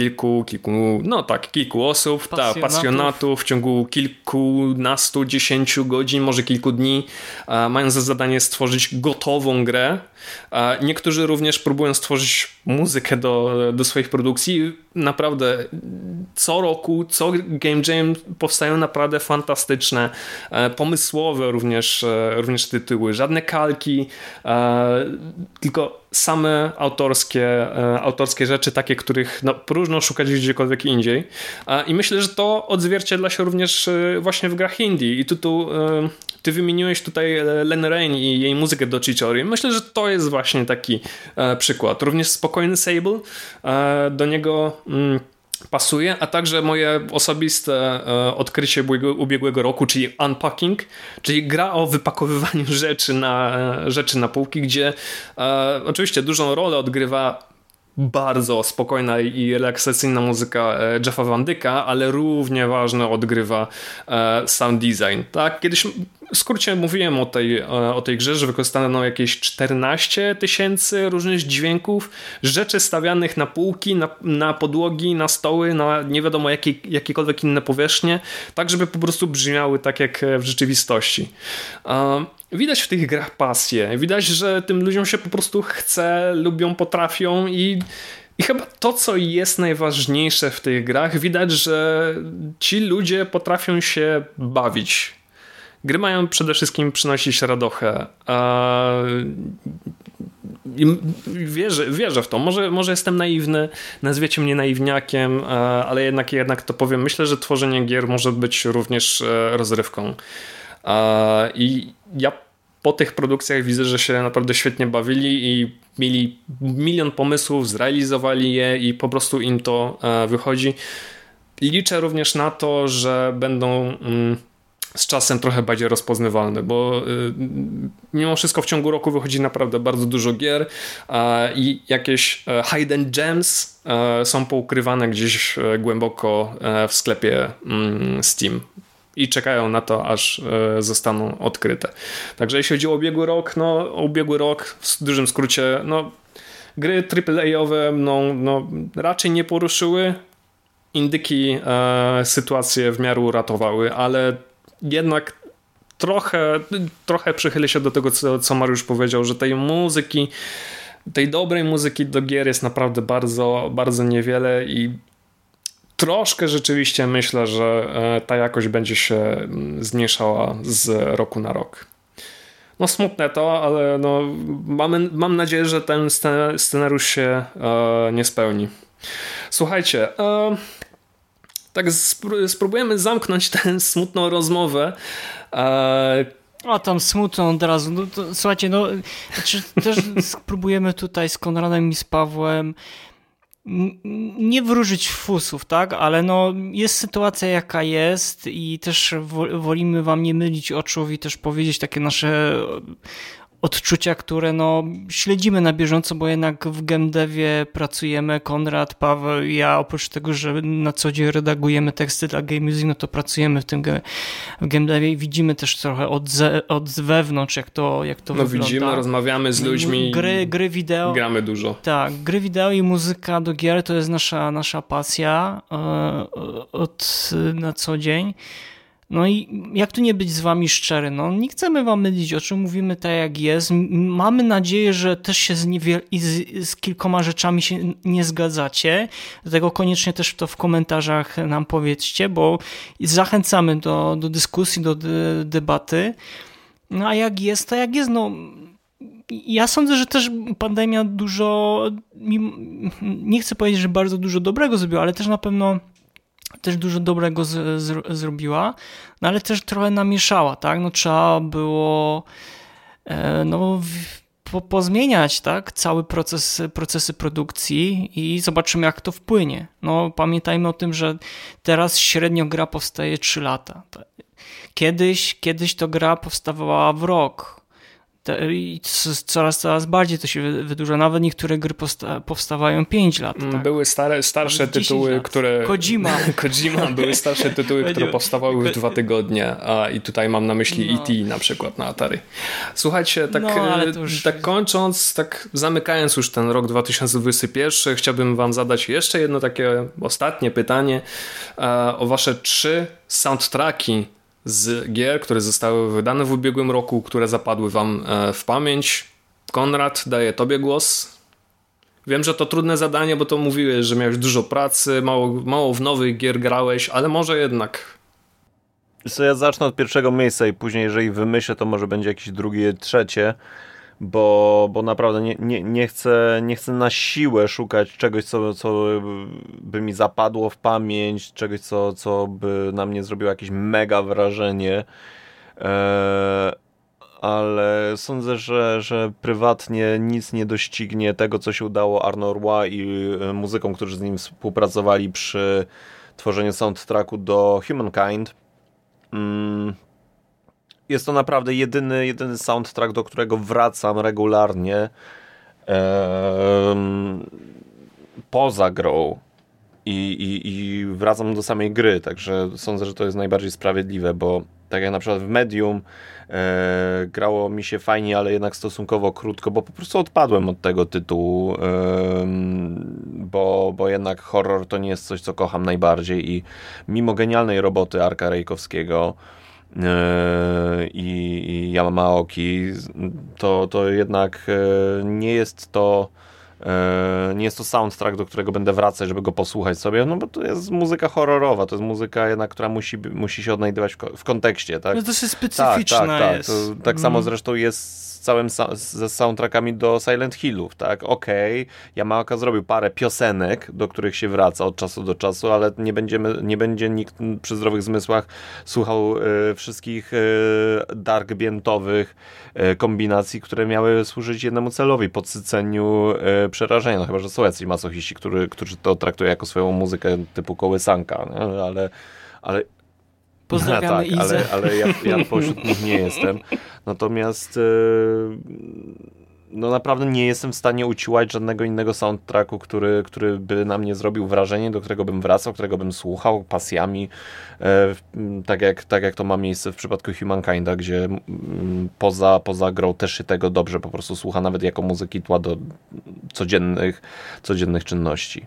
kilku osób, pasjonatów w ciągu kilkunastu, 10 godzin, może kilku dni, mają za zadanie stworzyć gotową grę. Niektórzy również próbują stworzyć muzykę do swoich produkcji. Naprawdę co roku, co game jam powstają naprawdę fantastyczne, pomysłowe również tytuły. Żadne kalki, tylko same autorskie rzeczy, takie, których próżno szukać gdziekolwiek indziej. I myślę, że to odzwierciedla się również właśnie w grach indie. I ty wymieniłeś tutaj Len Rain i jej muzykę do Chicory. Myślę, że to jest właśnie taki przykład. Również Spokojny Sable do niego pasuje, a także moje osobiste odkrycie ubiegłego roku, czyli Unpacking, czyli gra o wypakowywaniu rzeczy na półki, gdzie oczywiście dużą rolę odgrywa bardzo spokojna i relaksacyjna muzyka Jeffa Van Dyka, ale równie ważne odgrywa sound design. Tak? Kiedyś w skrócie mówiłem o tej grze, że wykorzystano jakieś 14 000 różnych dźwięków, rzeczy stawianych na półki, na podłogi, na stoły, na nie wiadomo jakiekolwiek inne powierzchnie, tak żeby po prostu brzmiały tak jak w rzeczywistości. Widać w tych grach pasję, widać, że tym ludziom się po prostu chce, lubią, potrafią i chyba to, co jest najważniejsze w tych grach, widać, że ci ludzie potrafią się bawić. Gry mają przede wszystkim przynosić radochę. Wierzę w to. Może jestem naiwny, nazwiecie mnie naiwniakiem, ale jednak to powiem. Myślę, że tworzenie gier może być również rozrywką. I ja po tych produkcjach widzę, że się naprawdę świetnie bawili i mieli milion pomysłów, zrealizowali je i po prostu im to wychodzi. Liczę również na to, że będą z czasem trochę bardziej rozpoznawalne, bo mimo wszystko w ciągu roku wychodzi naprawdę bardzo dużo gier i jakieś hidden gems są poukrywane gdzieś głęboko w sklepie Steam i czekają na to, aż zostaną odkryte. Także jeśli chodzi o ubiegły rok w dużym skrócie, gry AAA-owe raczej nie poruszyły, indyki sytuację w miarę uratowały, ale jednak trochę przychylę się do tego, co Mariusz powiedział, że tej dobrej muzyki do gier jest naprawdę bardzo, bardzo niewiele i troszkę rzeczywiście myślę, że ta jakość będzie się zmniejszała z roku na rok. Smutne to, ale mam nadzieję, że ten scenariusz się nie spełni. Słuchajcie, tak spróbujemy zamknąć tę smutną rozmowę. Tam smutno od razu. Słuchajcie, też spróbujemy tutaj z Konradem i z Pawłem nie wróżyć fusów, tak? Ale jest sytuacja jaka jest i też wolimy wam nie mylić oczu i też powiedzieć takie nasze odczucia, które śledzimy na bieżąco, bo jednak w GameDevie pracujemy, Konrad, Paweł i ja, oprócz tego, że na co dzień redagujemy teksty dla Game Music, to pracujemy w tym w GameDevie i widzimy też trochę od wewnątrz, jak to wygląda. Widzimy, rozmawiamy z ludźmi. Gry wideo. Gramy dużo. Tak, gry wideo i muzyka do gier to jest nasza pasja na co dzień. I jak tu nie być z wami szczery? Nie chcemy wam mylić oczu, mówimy tak jak jest. Mamy nadzieję, że też się z kilkoma rzeczami się nie zgadzacie. Dlatego koniecznie też to w komentarzach nam powiedzcie, bo zachęcamy do dyskusji, do debaty. A jak jest, to jak jest. Ja sądzę, że też pandemia nie chcę powiedzieć, że bardzo dużo dobrego zrobiła, ale też na pewno też dużo dobrego zrobiła, ale też trochę namieszała, tak? Trzeba było pozmieniać, tak, cały procesy produkcji i zobaczymy, jak to wpłynie. No, pamiętajmy o tym, że teraz średnio gra powstaje 3 lata. Kiedyś to gra powstawała w rok. I coraz bardziej to się wydłuża. Nawet niektóre gry powstawają 5 lat. Tak? Były starsze tytuły, które... Kojima były starsze tytuły, które powstawały w 2 tygodnie. I tutaj mam na myśli E.T. na przykład na Atari. Słuchajcie, tak kończąc, tak zamykając już ten rok 2021, chciałbym wam zadać jeszcze jedno takie ostatnie pytanie o wasze 3 soundtracki z gier, które zostały wydane w ubiegłym roku, które zapadły wam w pamięć. Konrad, daję tobie głos. Wiem, że to trudne zadanie, bo to mówiłeś, że miałeś dużo pracy, mało w nowych gier grałeś, ale może jednak. Ja zacznę od pierwszego miejsca i później, jeżeli wymyślę, to może będzie jakieś drugie, trzecie, bo naprawdę nie chcę na siłę szukać czegoś, co by mi zapadło w pamięć, czegoś, co by na mnie zrobiło jakieś mega wrażenie, ale sądzę, że prywatnie nic nie doścignie tego, co się udało Arnaud Roy i muzykom, którzy z nim współpracowali przy tworzeniu soundtracku do Humankind. Jest to naprawdę jedyny soundtrack, do którego wracam regularnie poza grą i wracam do samej gry, także sądzę, że to jest najbardziej sprawiedliwe, bo tak jak na przykład w Medium grało mi się fajnie, ale jednak stosunkowo krótko, bo po prostu odpadłem od tego tytułu, bo jednak horror to nie jest coś, co kocham najbardziej i mimo genialnej roboty Arka Rejkowskiego i Yamaoki, to jednak nie jest to soundtrack, do którego będę wracać, żeby go posłuchać sobie, no bo to jest muzyka horrorowa, to jest muzyka jednak, która musi się odnajdywać w kontekście, tak? No to jest specyficzna. Tak. Tak samo zresztą jest ze soundtrackami do Silent Hillów, tak? Okej, Yamaoka zrobił parę piosenek, do których się wraca od czasu do czasu, ale nie będzie nikt przy zdrowych zmysłach słuchał wszystkich dark-bientowych kombinacji, które miały służyć jednemu celowi, podsyceniu przerażenia, no chyba, że są jacyś masochiści, którzy to traktują jako swoją muzykę typu kołysanka, nie? Ale pozdrawiamy Izę. Ale ja pośród nich nie jestem. Natomiast no naprawdę nie jestem w stanie uciłać żadnego innego soundtracku, który by na mnie zrobił wrażenie, do którego bym wracał, którego bym słuchał pasjami, tak jak to ma miejsce w przypadku Humankinda, gdzie poza grą też się tego dobrze po prostu słucha, nawet jako muzyki tła do codziennych czynności.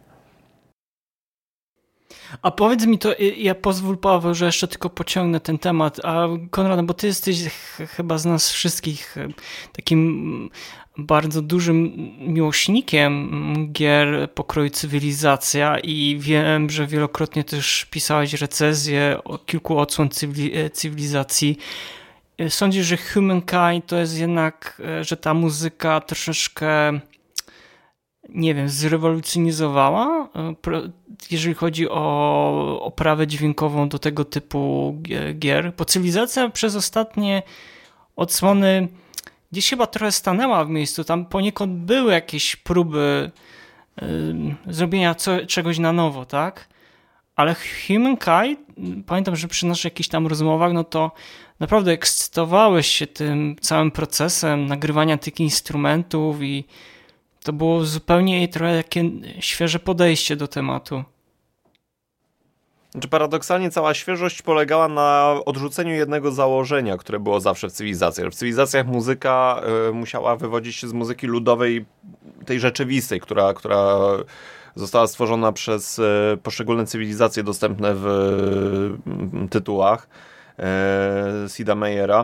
A powiedz mi to, ja pozwól, Paweł, że jeszcze tylko pociągnę ten temat, a Konrad, bo ty jesteś chyba z nas wszystkich takim bardzo dużym miłośnikiem gier pokroju Cywilizacja i wiem, że wielokrotnie też pisałeś recenzje o kilku odsłon Cywilizacji. Sądzisz, że Humankind to jest jednak, że ta muzyka troszeczkę, nie wiem, zrewolucjonizowała, jeżeli chodzi o oprawę dźwiękową do tego typu gier? Bo Cywilizacja przez ostatnie odsłony gdzieś chyba trochę stanęła w miejscu. Tam poniekąd były jakieś próby zrobienia czegoś na nowo, tak? Ale Humankind, pamiętam, że przy naszych jakichś tam rozmowach, no to naprawdę ekscytowałeś się tym całym procesem nagrywania tych instrumentów i to było zupełnie trochę takie świeże podejście do tematu. Znaczy paradoksalnie cała świeżość polegała na odrzuceniu jednego założenia, które było zawsze w Cywilizacjach. W Cywilizacjach muzyka musiała wywodzić się z muzyki ludowej, tej rzeczywistej, która została stworzona przez poszczególne cywilizacje dostępne w tytułach Sida Meiera.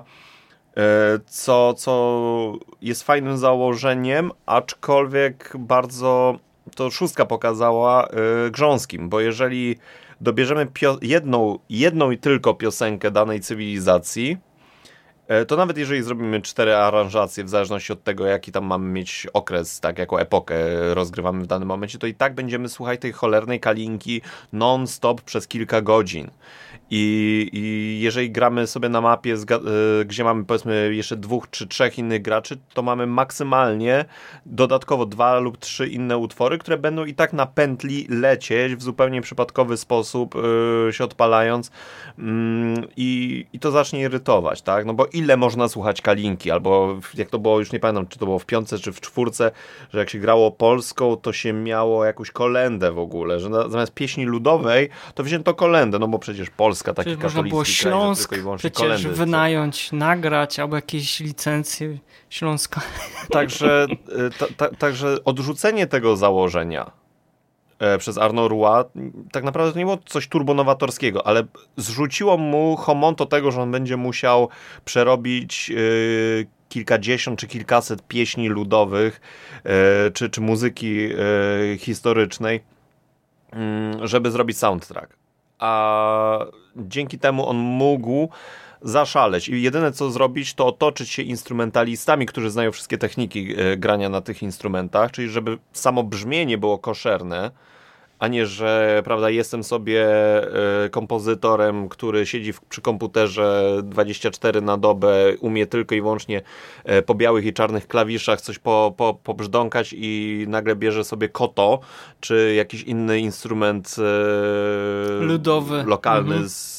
Co jest fajnym założeniem, aczkolwiek bardzo to szóstka pokazała grząskim, bo jeżeli dobierzemy jedną i tylko piosenkę danej cywilizacji To nawet jeżeli zrobimy 4 aranżacje, w zależności od tego, jaki tam mamy mieć okres, tak, jaką epokę rozgrywamy w danym momencie, to i tak będziemy słuchać tej cholernej kalinki non-stop przez kilka godzin. I jeżeli gramy sobie na mapie, gdzie mamy powiedzmy jeszcze 2 czy 3 innych graczy, to mamy maksymalnie dodatkowo 2 lub 3 inne utwory, które będą i tak na pętli lecieć w zupełnie przypadkowy sposób, się odpalając, i to zacznie irytować, tak? No bo ile można słuchać kalinki, albo jak to było, już nie pamiętam, czy to było w 5 czy w 4, że jak się grało polską, to się miało jakąś kolendę w ogóle, że zamiast pieśni ludowej, to wzięto kolendę, no bo przecież Polska taki katolicki można było Śląsk kraj, że tylko przecież wynająć, nagrać, albo jakieś licencje Śląska. Także odrzucenie tego założenia przez Arnaud Roy tak naprawdę to nie było coś turbonowatorskiego, ale zrzuciło mu homonto tego, że on będzie musiał przerobić kilkadziesiąt czy kilkaset pieśni ludowych czy muzyki historycznej, żeby zrobić soundtrack. A dzięki temu on mógł zaszaleć i jedyne co zrobić, to otoczyć się instrumentalistami, którzy znają wszystkie techniki grania na tych instrumentach, czyli żeby samo brzmienie było koszerne, a nie, że prawda, jestem sobie kompozytorem, który siedzi przy komputerze 24 na dobę, umie tylko i wyłącznie po białych i czarnych klawiszach coś pobrzdąkać i nagle bierze sobie koto, czy jakiś inny instrument ludowy, lokalny,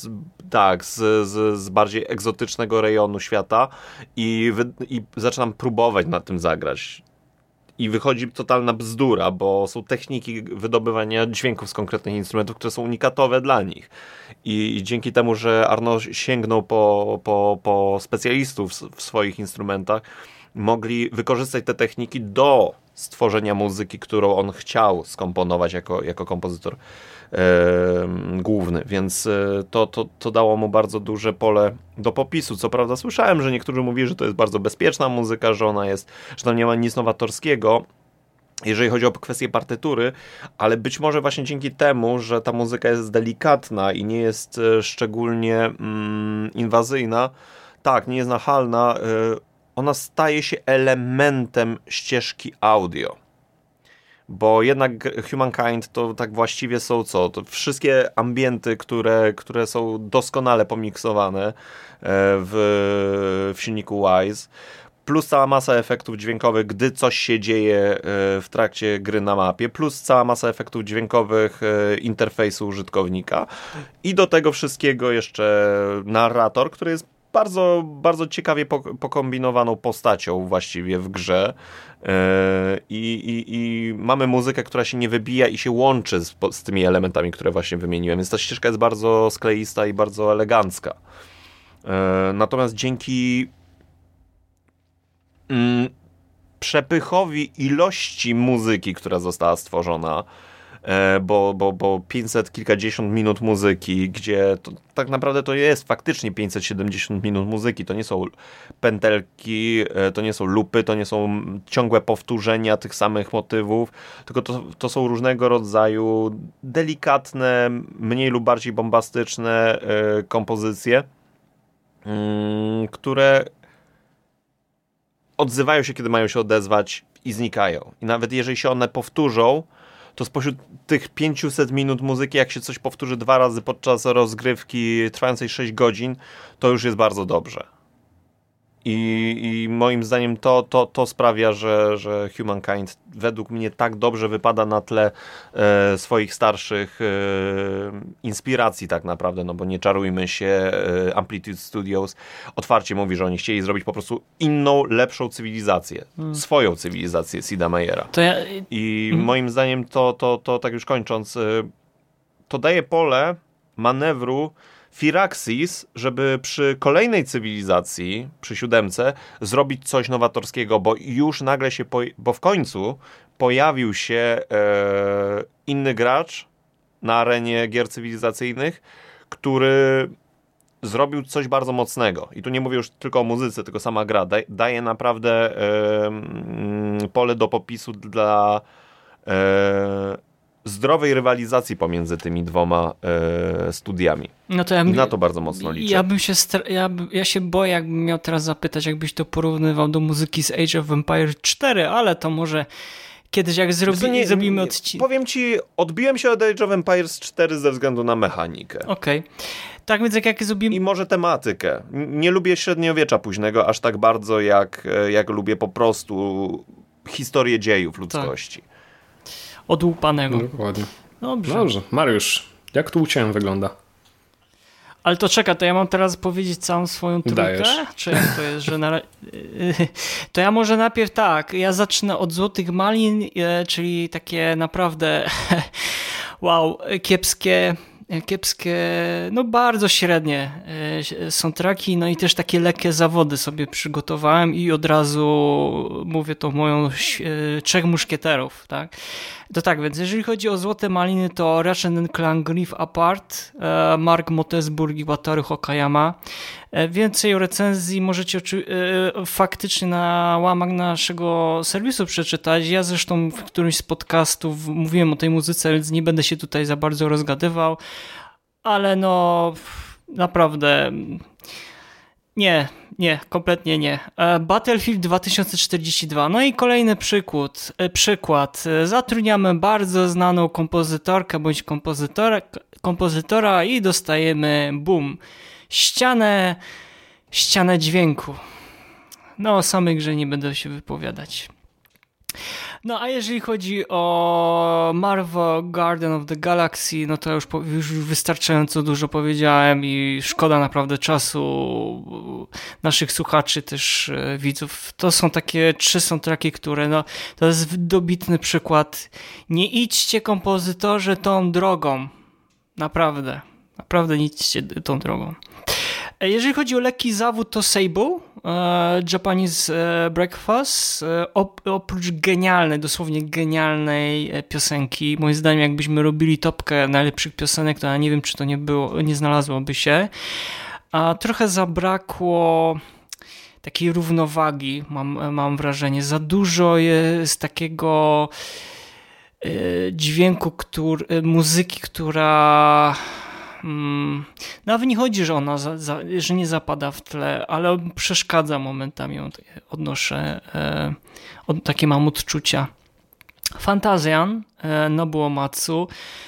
z bardziej egzotycznego rejonu świata i zaczynam próbować na tym zagrać. I wychodzi totalna bzdura, bo są techniki wydobywania dźwięków z konkretnych instrumentów, które są unikatowe dla nich. I dzięki temu, że Arnaud sięgnął po specjalistów w swoich instrumentach, mogli wykorzystać te techniki do stworzenia muzyki, którą on chciał skomponować jako kompozytor główny, więc to dało mu bardzo duże pole do popisu. Co prawda słyszałem, że niektórzy mówili, że to jest bardzo bezpieczna muzyka, że ona jest, że tam nie ma nic nowatorskiego, jeżeli chodzi o kwestię partytury, ale być może właśnie dzięki temu, że ta muzyka jest delikatna i nie jest szczególnie inwazyjna, tak, nie jest nachalna, ona staje się elementem ścieżki audio. Bo jednak Humankind to tak właściwie są co? To wszystkie ambienty, które są doskonale pomiksowane w silniku Wwise, plus cała masa efektów dźwiękowych, gdy coś się dzieje w trakcie gry na mapie, plus cała masa efektów dźwiękowych interfejsu użytkownika i do tego wszystkiego jeszcze narrator, który jest bardzo, bardzo ciekawie pokombinowaną postacią właściwie w grze. I mamy muzykę, która się nie wybija i się łączy z tymi elementami, które właśnie wymieniłem, więc ta ścieżka jest bardzo skleista i bardzo elegancka. Natomiast dzięki przepychowi ilości muzyki, która została stworzona, bo 500 kilkadziesiąt minut muzyki, gdzie to, tak naprawdę to jest faktycznie 570 minut muzyki, to nie są pętelki, to nie są loopy, to nie są ciągłe powtórzenia tych samych motywów, tylko to są różnego rodzaju delikatne, mniej lub bardziej bombastyczne kompozycje, które odzywają się, kiedy mają się odezwać i znikają. I nawet jeżeli się one powtórzą, to spośród tych 500 minut muzyki, jak się coś powtórzy 2 razy podczas rozgrywki trwającej 6 godzin, to już jest bardzo dobrze. I moim zdaniem to sprawia, że Humankind według mnie tak dobrze wypada na tle swoich starszych inspiracji tak naprawdę, no bo nie czarujmy się, Amplitude Studios otwarcie mówi, że oni chcieli zrobić po prostu inną, lepszą cywilizację. Swoją cywilizację Sida Meiera. I moim zdaniem to tak już kończąc, to daje pole manewru Firaxis, żeby przy kolejnej cywilizacji, przy 7, zrobić coś nowatorskiego, bo już nagle bo w końcu pojawił się inny gracz na arenie gier cywilizacyjnych, który zrobił coś bardzo mocnego. I tu nie mówię już tylko o muzyce, tylko sama gra. Daje naprawdę pole do popisu dla zdrowej rywalizacji pomiędzy tymi dwoma studiami. No to i na to bardzo mocno liczę. Ja się boję, jakbym miał teraz zapytać, jakbyś to porównywał do muzyki z Age of Empires 4, ale to może kiedyś jak zrobimy odcinek. Powiem ci, odbiłem się od Age of Empires 4 ze względu na mechanikę. Okej. Tak więc jak zrobimy... I może tematykę. Nie lubię średniowiecza późnego aż tak bardzo, jak lubię po prostu historię dziejów ludzkości. Tak. Odłupanego. Dokładnie. Dobrze. Mariusz, jak tu u Ciebie wygląda? Ale to czeka, to ja mam teraz powiedzieć całą swoją trójkę? Dajesz. Czy jak to jest, że to ja może najpierw tak, ja zacznę od Złotych Malin, czyli takie naprawdę wow, kiepskie, no bardzo średnie soundtracki, no i też takie lekkie zawody sobie przygotowałem i od razu mówię to moją Trzech Muszkieterów, tak? To tak, więc jeżeli chodzi o Złote Maliny, to Ratchet & Clank Rift Apart, Mark Mothersbaugh i Wataru Hokayama. Więcej o recenzji możecie faktycznie na łamach naszego serwisu przeczytać. Ja zresztą w którymś z podcastów mówiłem o tej muzyce, więc nie będę się tutaj za bardzo rozgadywał, ale no naprawdę nie, kompletnie nie. Battlefield 2042. No i kolejny przykład. Zatrudniamy bardzo znaną kompozytorkę bądź kompozytora i dostajemy boom. Ścianę dźwięku. No o samej grze nie będę się wypowiadać. No a jeżeli chodzi o Marvel Guardian of the Galaxy, no to już wystarczająco dużo powiedziałem i szkoda naprawdę czasu naszych słuchaczy, też widzów. To są takie 3 soundtracki, które no to jest dobitny przykład. Nie idźcie kompozytorzy tą drogą. Naprawdę nie idźcie tą drogą. Jeżeli chodzi o lekki zawód, to Sable, Japanese Breakfast, oprócz dosłownie genialnej piosenki, moim zdaniem jakbyśmy robili topkę najlepszych piosenek, to ja nie wiem, czy to nie znalazłoby się, a trochę zabrakło takiej równowagi, mam wrażenie, za dużo jest takiego dźwięku, muzyki, która... Nawet nie chodzi, że ona że nie zapada w tle, ale przeszkadza momentami, odnoszę, takie mam odczucia. Fantazjan, Nobuo Matsu,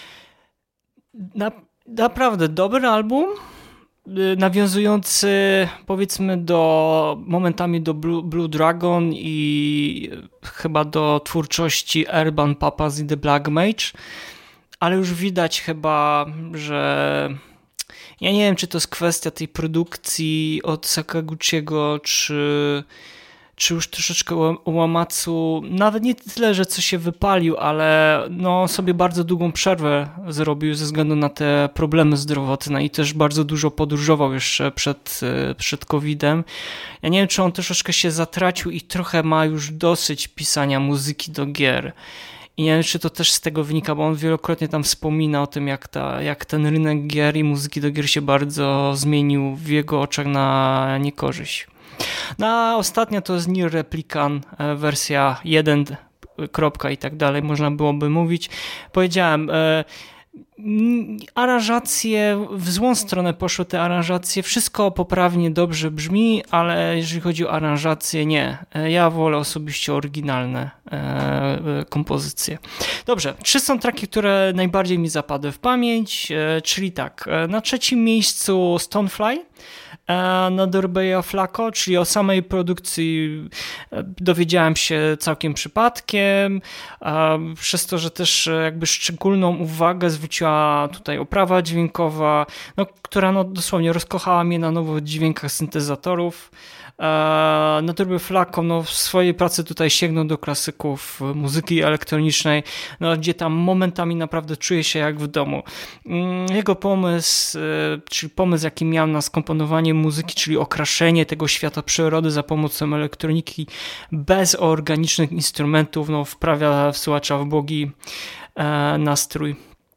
naprawdę dobry album, nawiązujący powiedzmy momentami do Blue Dragon i chyba do twórczości Urban Papas i The Black Mage. Ale już widać chyba, że ja nie wiem, czy to jest kwestia tej produkcji od Sakaguchiego, czy już troszeczkę Uematsu, nawet nie tyle, że co się wypalił, ale no sobie bardzo długą przerwę zrobił ze względu na te problemy zdrowotne i też bardzo dużo podróżował jeszcze przed COVID-em. Ja nie wiem, czy on troszeczkę się zatracił i trochę ma już dosyć pisania muzyki do gier. I nie wiem, czy to też z tego wynika, bo on wielokrotnie tam wspomina o tym, jak ten rynek gier i muzyki do gier się bardzo zmienił w jego oczach na niekorzyść. No a ostatnia to jest Nier Replicant, wersja 1. I tak dalej, można byłoby mówić. Powiedziałem, aranżacje, w złą stronę poszły te aranżacje, wszystko poprawnie, dobrze brzmi, ale jeżeli chodzi o aranżacje, nie. Ja wolę osobiście oryginalne kompozycje. Dobrze, 3 soundtracki, które najbardziej mi zapadły w pamięć, czyli tak, na 3. miejscu Stonefly, na Dorbeya Flacco, czyli o samej produkcji dowiedziałem się całkiem przypadkiem, przez to, że też jakby szczególną uwagę zwróciła tutaj oprawa dźwiękowa, no, która dosłownie rozkochała mnie na nowo w dźwiękach syntezatorów. Na Dorbeya Flacco w swojej pracy tutaj sięgnął do klasyków muzyki elektronicznej, gdzie tam momentami naprawdę czuję się jak w domu. Jego pomysł, czyli pomysł jaki miał na skomponowanie muzyki, czyli okraszenie tego świata przyrody za pomocą elektroniki bez organicznych instrumentów, wprawia w słuchacza w błogi nastrój.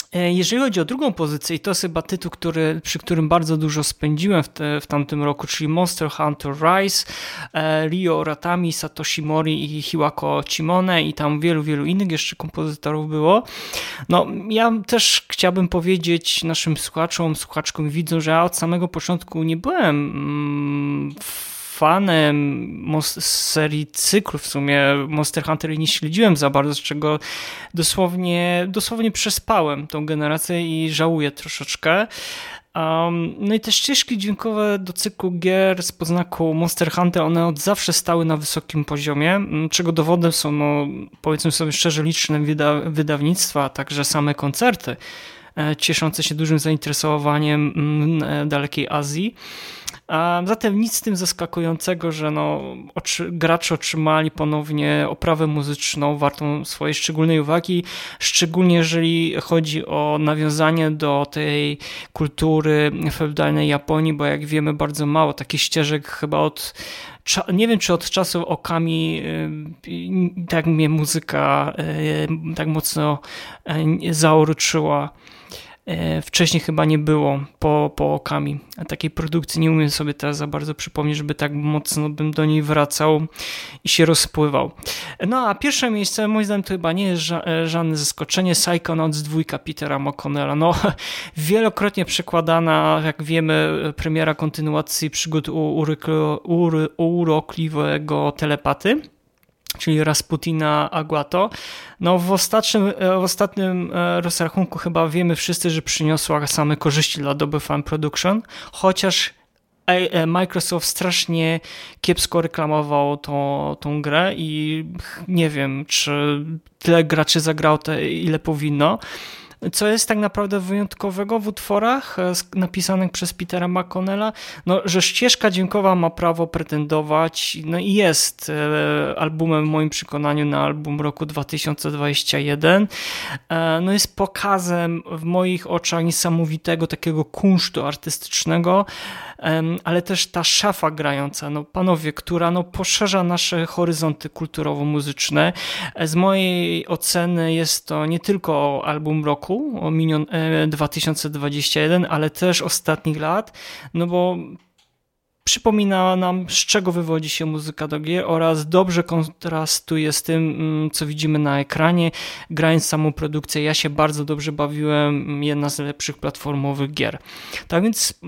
Jeżeli chodzi o drugą pozycję, i to jest chyba tytuł, przy którym bardzo dużo spędziłem w tamtym roku, czyli Monster Hunter Rise, Ryo Ratami, Satoshi Mori i Hiwako Chimone i tam wielu innych jeszcze kompozytorów było. No, ja też chciałbym powiedzieć naszym słuchaczkom i widzom, że ja od samego początku nie byłem fanem serii cyklu w sumie Monster Hunter i nie śledziłem za bardzo, z czego dosłownie przespałem tą generację i żałuję troszeczkę. No i te ścieżki dźwiękowe do cyklu gier z podznaku Monster Hunter, one od zawsze stały na wysokim poziomie, czego dowodem są, no, powiedzmy sobie szczerze, liczne wydawnictwa, a także same koncerty cieszące się dużym zainteresowaniem dalekiej Azji. A zatem nic z tym zaskakującego, że gracze otrzymali ponownie oprawę muzyczną wartą swojej szczególnej uwagi, szczególnie jeżeli chodzi o nawiązanie do tej kultury feudalnej Japonii, bo jak wiemy bardzo mało takich ścieżek chyba nie wiem, czy od czasu Okami tak mnie muzyka tak mocno zauroczyła. Wcześniej chyba nie było po Okami takiej produkcji. Nie umiem sobie teraz za bardzo przypomnieć, żeby tak mocno bym do niej wracał i się rozpływał. No a pierwsze miejsce, moim zdaniem, to chyba nie jest żadne zaskoczenie. Psychonauts 2 Petera McConnella. No, wielokrotnie przekładana, jak wiemy, premiera kontynuacji przygód urokliwego telepaty, czyli Rasputina Aguato. No w ostatnim rozrachunku chyba wiemy wszyscy, że przyniosła same korzyści dla Adobe Fan Production, chociaż Microsoft strasznie kiepsko reklamował tą grę i nie wiem, czy tyle graczy zagrało ile powinno. Co jest tak naprawdę wyjątkowego w utworach napisanych przez Petera McConnella? No, że ścieżka dźwiękowa ma prawo pretendować, no i jest albumem w moim przekonaniu na album roku 2021. No jest pokazem w moich oczach niesamowitego takiego kunsztu artystycznego, ale też ta szafa grająca, no panowie, która poszerza nasze horyzonty kulturowo-muzyczne. Z mojej oceny jest to nie tylko album roku 2021, ale też ostatnich lat, no bo przypomina nam, z czego wywodzi się muzyka do gier oraz dobrze kontrastuje z tym, co widzimy na ekranie. Grając samą produkcję, ja się bardzo dobrze bawiłem, jedna z lepszych platformowych gier. Tak więc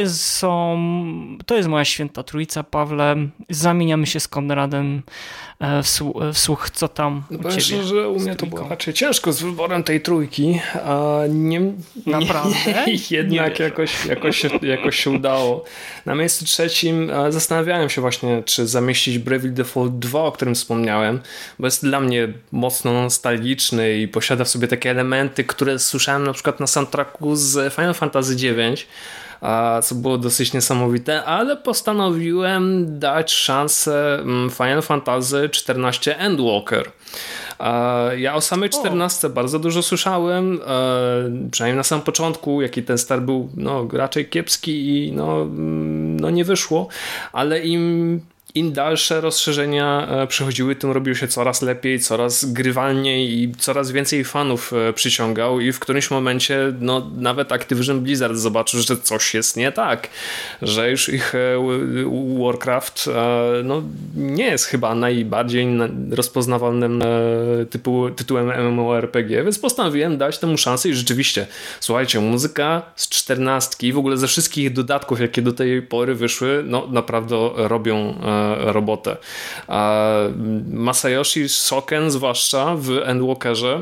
to jest moja święta trójca, Pawle. Zamieniamy się z Konradem w słuch, co tam u ciebie. Myślę, że u mnie to było raczej ciężko z wyborem tej trójki, a naprawdę? Jednak jakoś się udało. Na miejscu trzecim zastanawiałem się właśnie, czy zamieścić Bravely Default 2, o którym wspomniałem, bo jest dla mnie mocno nostalgiczny i posiada w sobie takie elementy, które słyszałem na przykład na soundtracku z Final Fantasy IX, co było dosyć niesamowite, ale postanowiłem dać szansę Final Fantasy XIV Endwalker. Ja o samej 14 bardzo dużo słyszałem, przynajmniej na samym początku, jaki ten start był raczej kiepski i nie wyszło, ale im dalsze rozszerzenia przychodziły, tym robił się coraz lepiej, coraz grywalniej i coraz więcej fanów przyciągał i w którymś momencie nawet Activision Blizzard zobaczył, że coś jest nie tak, że już ich Warcraft nie jest chyba najbardziej rozpoznawalnym tytułem MMORPG, więc postanowiłem dać temu szansę i rzeczywiście, słuchajcie, muzyka z 14 w ogóle ze wszystkich dodatków, jakie do tej pory wyszły, naprawdę robią robotę. Masayoshi Shoken zwłaszcza w Endwalkerze,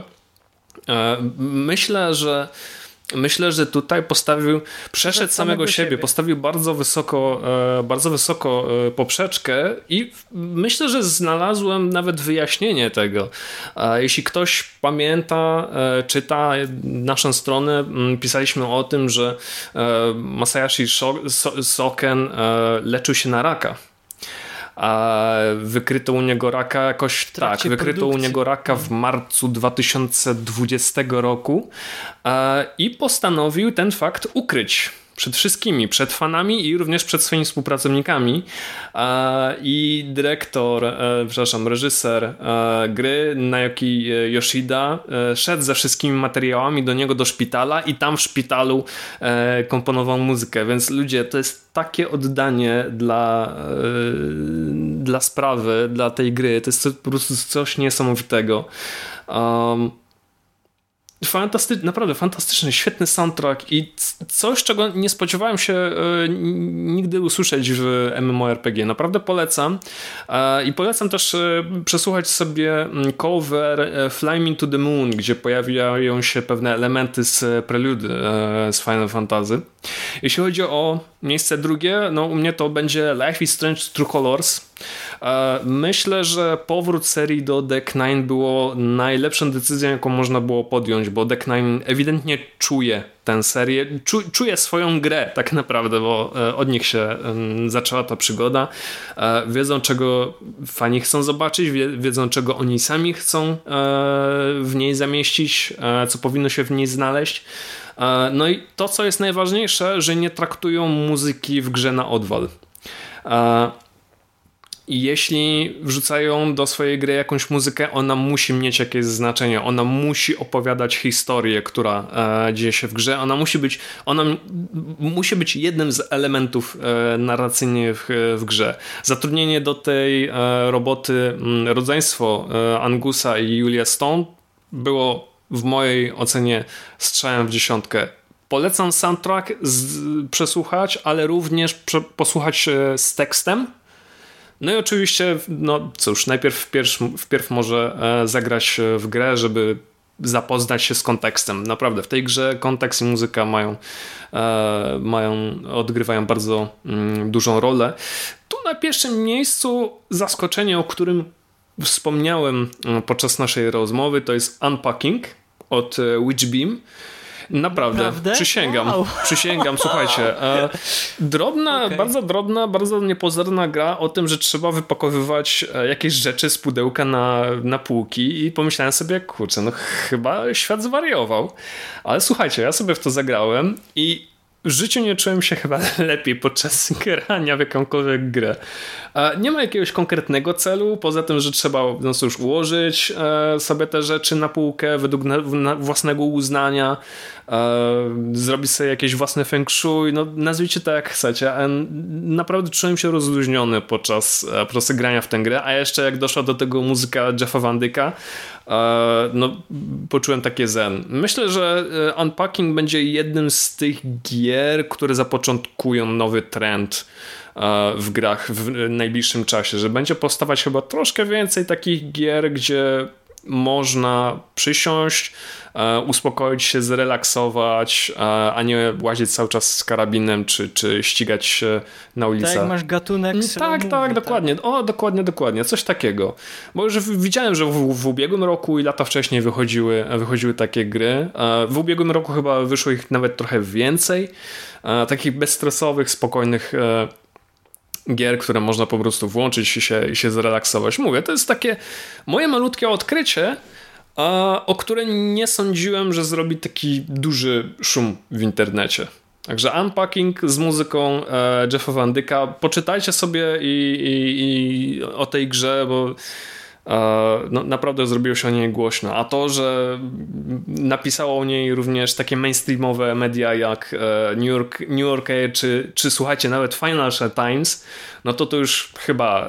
myślę, że tutaj przeszedł samego siebie, postawił bardzo wysoko poprzeczkę i myślę, że znalazłem nawet wyjaśnienie tego. Jeśli ktoś pamięta, czyta naszą stronę, pisaliśmy o tym, że Masayoshi Shoken leczył się na raka. Wykryto u niego raka w marcu 2020 roku i postanowił ten fakt ukryć. Przed wszystkimi, przed fanami i również przed swoimi współpracownikami. I reżyser gry Naoki Yoshida szedł ze wszystkimi materiałami do niego do szpitala i tam w szpitalu komponował muzykę, więc ludzie, to jest takie oddanie dla sprawy, dla tej gry, to jest po prostu coś niesamowitego. Naprawdę fantastyczny, świetny soundtrack i coś, czego nie spodziewałem się nigdy usłyszeć w MMORPG. Naprawdę polecam i polecam też przesłuchać sobie cover Fly Me to the Moon, gdzie pojawiają się pewne elementy z preludy z Final Fantasy. Jeśli chodzi o miejsce drugie, no u mnie to będzie Life is Strange True Colors. Myślę, że powrót serii do Deck Nine było najlepszą decyzją, jaką można było podjąć, bo Deck Nine ewidentnie czuje tę serię, czuje swoją grę tak naprawdę, bo od nich się zaczęła ta przygoda. Wiedzą, czego fani chcą zobaczyć, wiedzą, czego oni sami chcą w niej zamieścić, co powinno się w niej znaleźć. No i to, co jest najważniejsze, że nie traktują muzyki w grze na odwal. I jeśli wrzucają do swojej gry jakąś muzykę, ona musi mieć jakieś znaczenie, ona musi opowiadać historię, która dzieje się w grze, ona musi być jednym z elementów narracyjnych w grze. Zatrudnienie do tej roboty rodzeństwo Angusa i Julia Stone było w mojej ocenie strzałem w 10. Polecam soundtrack przesłuchać, ale również posłuchać z tekstem. No i oczywiście, no cóż, wpierw może zagrać w grę, żeby zapoznać się z kontekstem. Naprawdę, w tej grze kontekst i muzyka odgrywają bardzo dużą rolę. Tu na pierwszym miejscu zaskoczenie, o którym wspomniałem podczas naszej rozmowy, to jest Unpacking od Witchbeam. Naprawdę, przysięgam, słuchajcie. Bardzo drobna, bardzo niepozorna gra o tym, że trzeba wypakowywać jakieś rzeczy z pudełka na półki i pomyślałem sobie, kurczę, no chyba świat zwariował. Ale słuchajcie, ja sobie w to zagrałem i w życiu nie czułem się chyba lepiej podczas grania w jakąkolwiek grę. Nie ma jakiegoś konkretnego celu, poza tym, że trzeba już ułożyć sobie te rzeczy na półkę według własnego uznania, zrobić sobie jakieś własne feng shui, no nazwijcie to jak chcecie. Naprawdę czułem się rozluźniony podczas grania w tę grę, a jeszcze jak doszła do tego muzyka Jeffa Van Dyka, no poczułem takie zen. Myślę, że Unpacking będzie jednym z tych gier, które zapoczątkują nowy trend w grach w najbliższym czasie, że będzie powstawać chyba troszkę więcej takich gier, gdzie można przysiąść, uspokoić się, zrelaksować, a nie łazić cały czas z karabinem, czy ścigać się na ulicach. Tak, jak masz gatunek. Tak, dokładnie. O, dokładnie. Coś takiego. Bo już widziałem, że w ubiegłym roku i lata wcześniej wychodziły takie gry. W ubiegłym roku chyba wyszło ich nawet trochę więcej. Takich bezstresowych, spokojnych gier, które można po prostu włączyć i się zrelaksować. Mówię, to jest takie moje malutkie odkrycie, o które nie sądziłem, że zrobi taki duży szum w internecie. Także Unpacking z muzyką Jeffa Van Dyka. Poczytajcie sobie i o tej grze, bo no, naprawdę zrobiło się o niej głośno. A to, że napisało o niej również takie mainstreamowe media jak New Yorker czy słuchajcie, nawet Financial Times, no to już chyba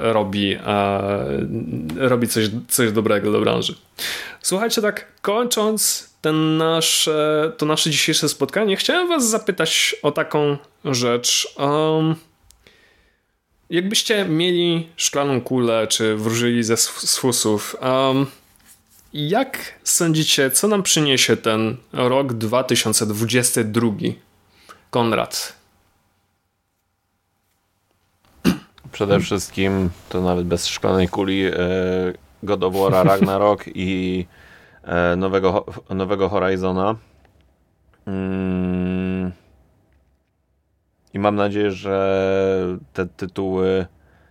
robi coś dobrego dla branży. Słuchajcie, tak kończąc to nasze dzisiejsze spotkanie, chciałem was zapytać o taką rzecz. Jakbyście mieli szklaną kulę, czy wróżyli z fusów, jak sądzicie, co nam przyniesie ten rok 2022? Konrad. Przede wszystkim, to nawet bez szklanej kuli, God of War Ragnarok i nowego Horizona. I mam nadzieję, że te tytuły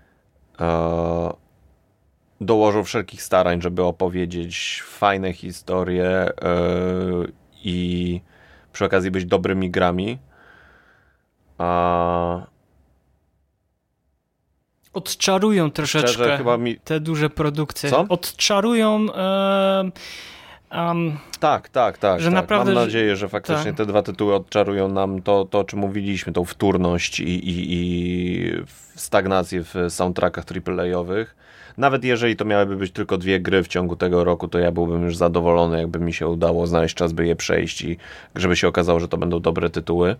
dołożą wszelkich starań, żeby opowiedzieć fajne historie i przy okazji być dobrymi grami. Odczarują troszeczkę chyba te duże produkcje. Co? Odczarują... Tak. Że naprawdę, mam nadzieję, że faktycznie te dwa tytuły odczarują nam to, o czym mówiliśmy, tą wtórność i stagnację w soundtrackach AAA-owych. Nawet jeżeli to miałyby być tylko 2 gry w ciągu tego roku, to ja byłbym już zadowolony, jakby mi się udało znaleźć czas, by je przejść i żeby się okazało, że to będą dobre tytuły.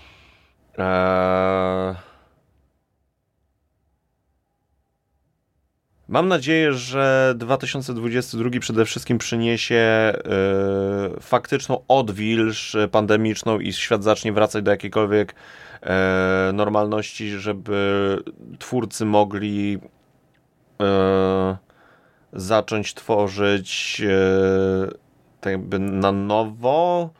Mam nadzieję, że 2022 przede wszystkim przyniesie faktyczną odwilż pandemiczną i świat zacznie wracać do jakiejkolwiek normalności, żeby twórcy mogli zacząć tworzyć tak jakby na nowo,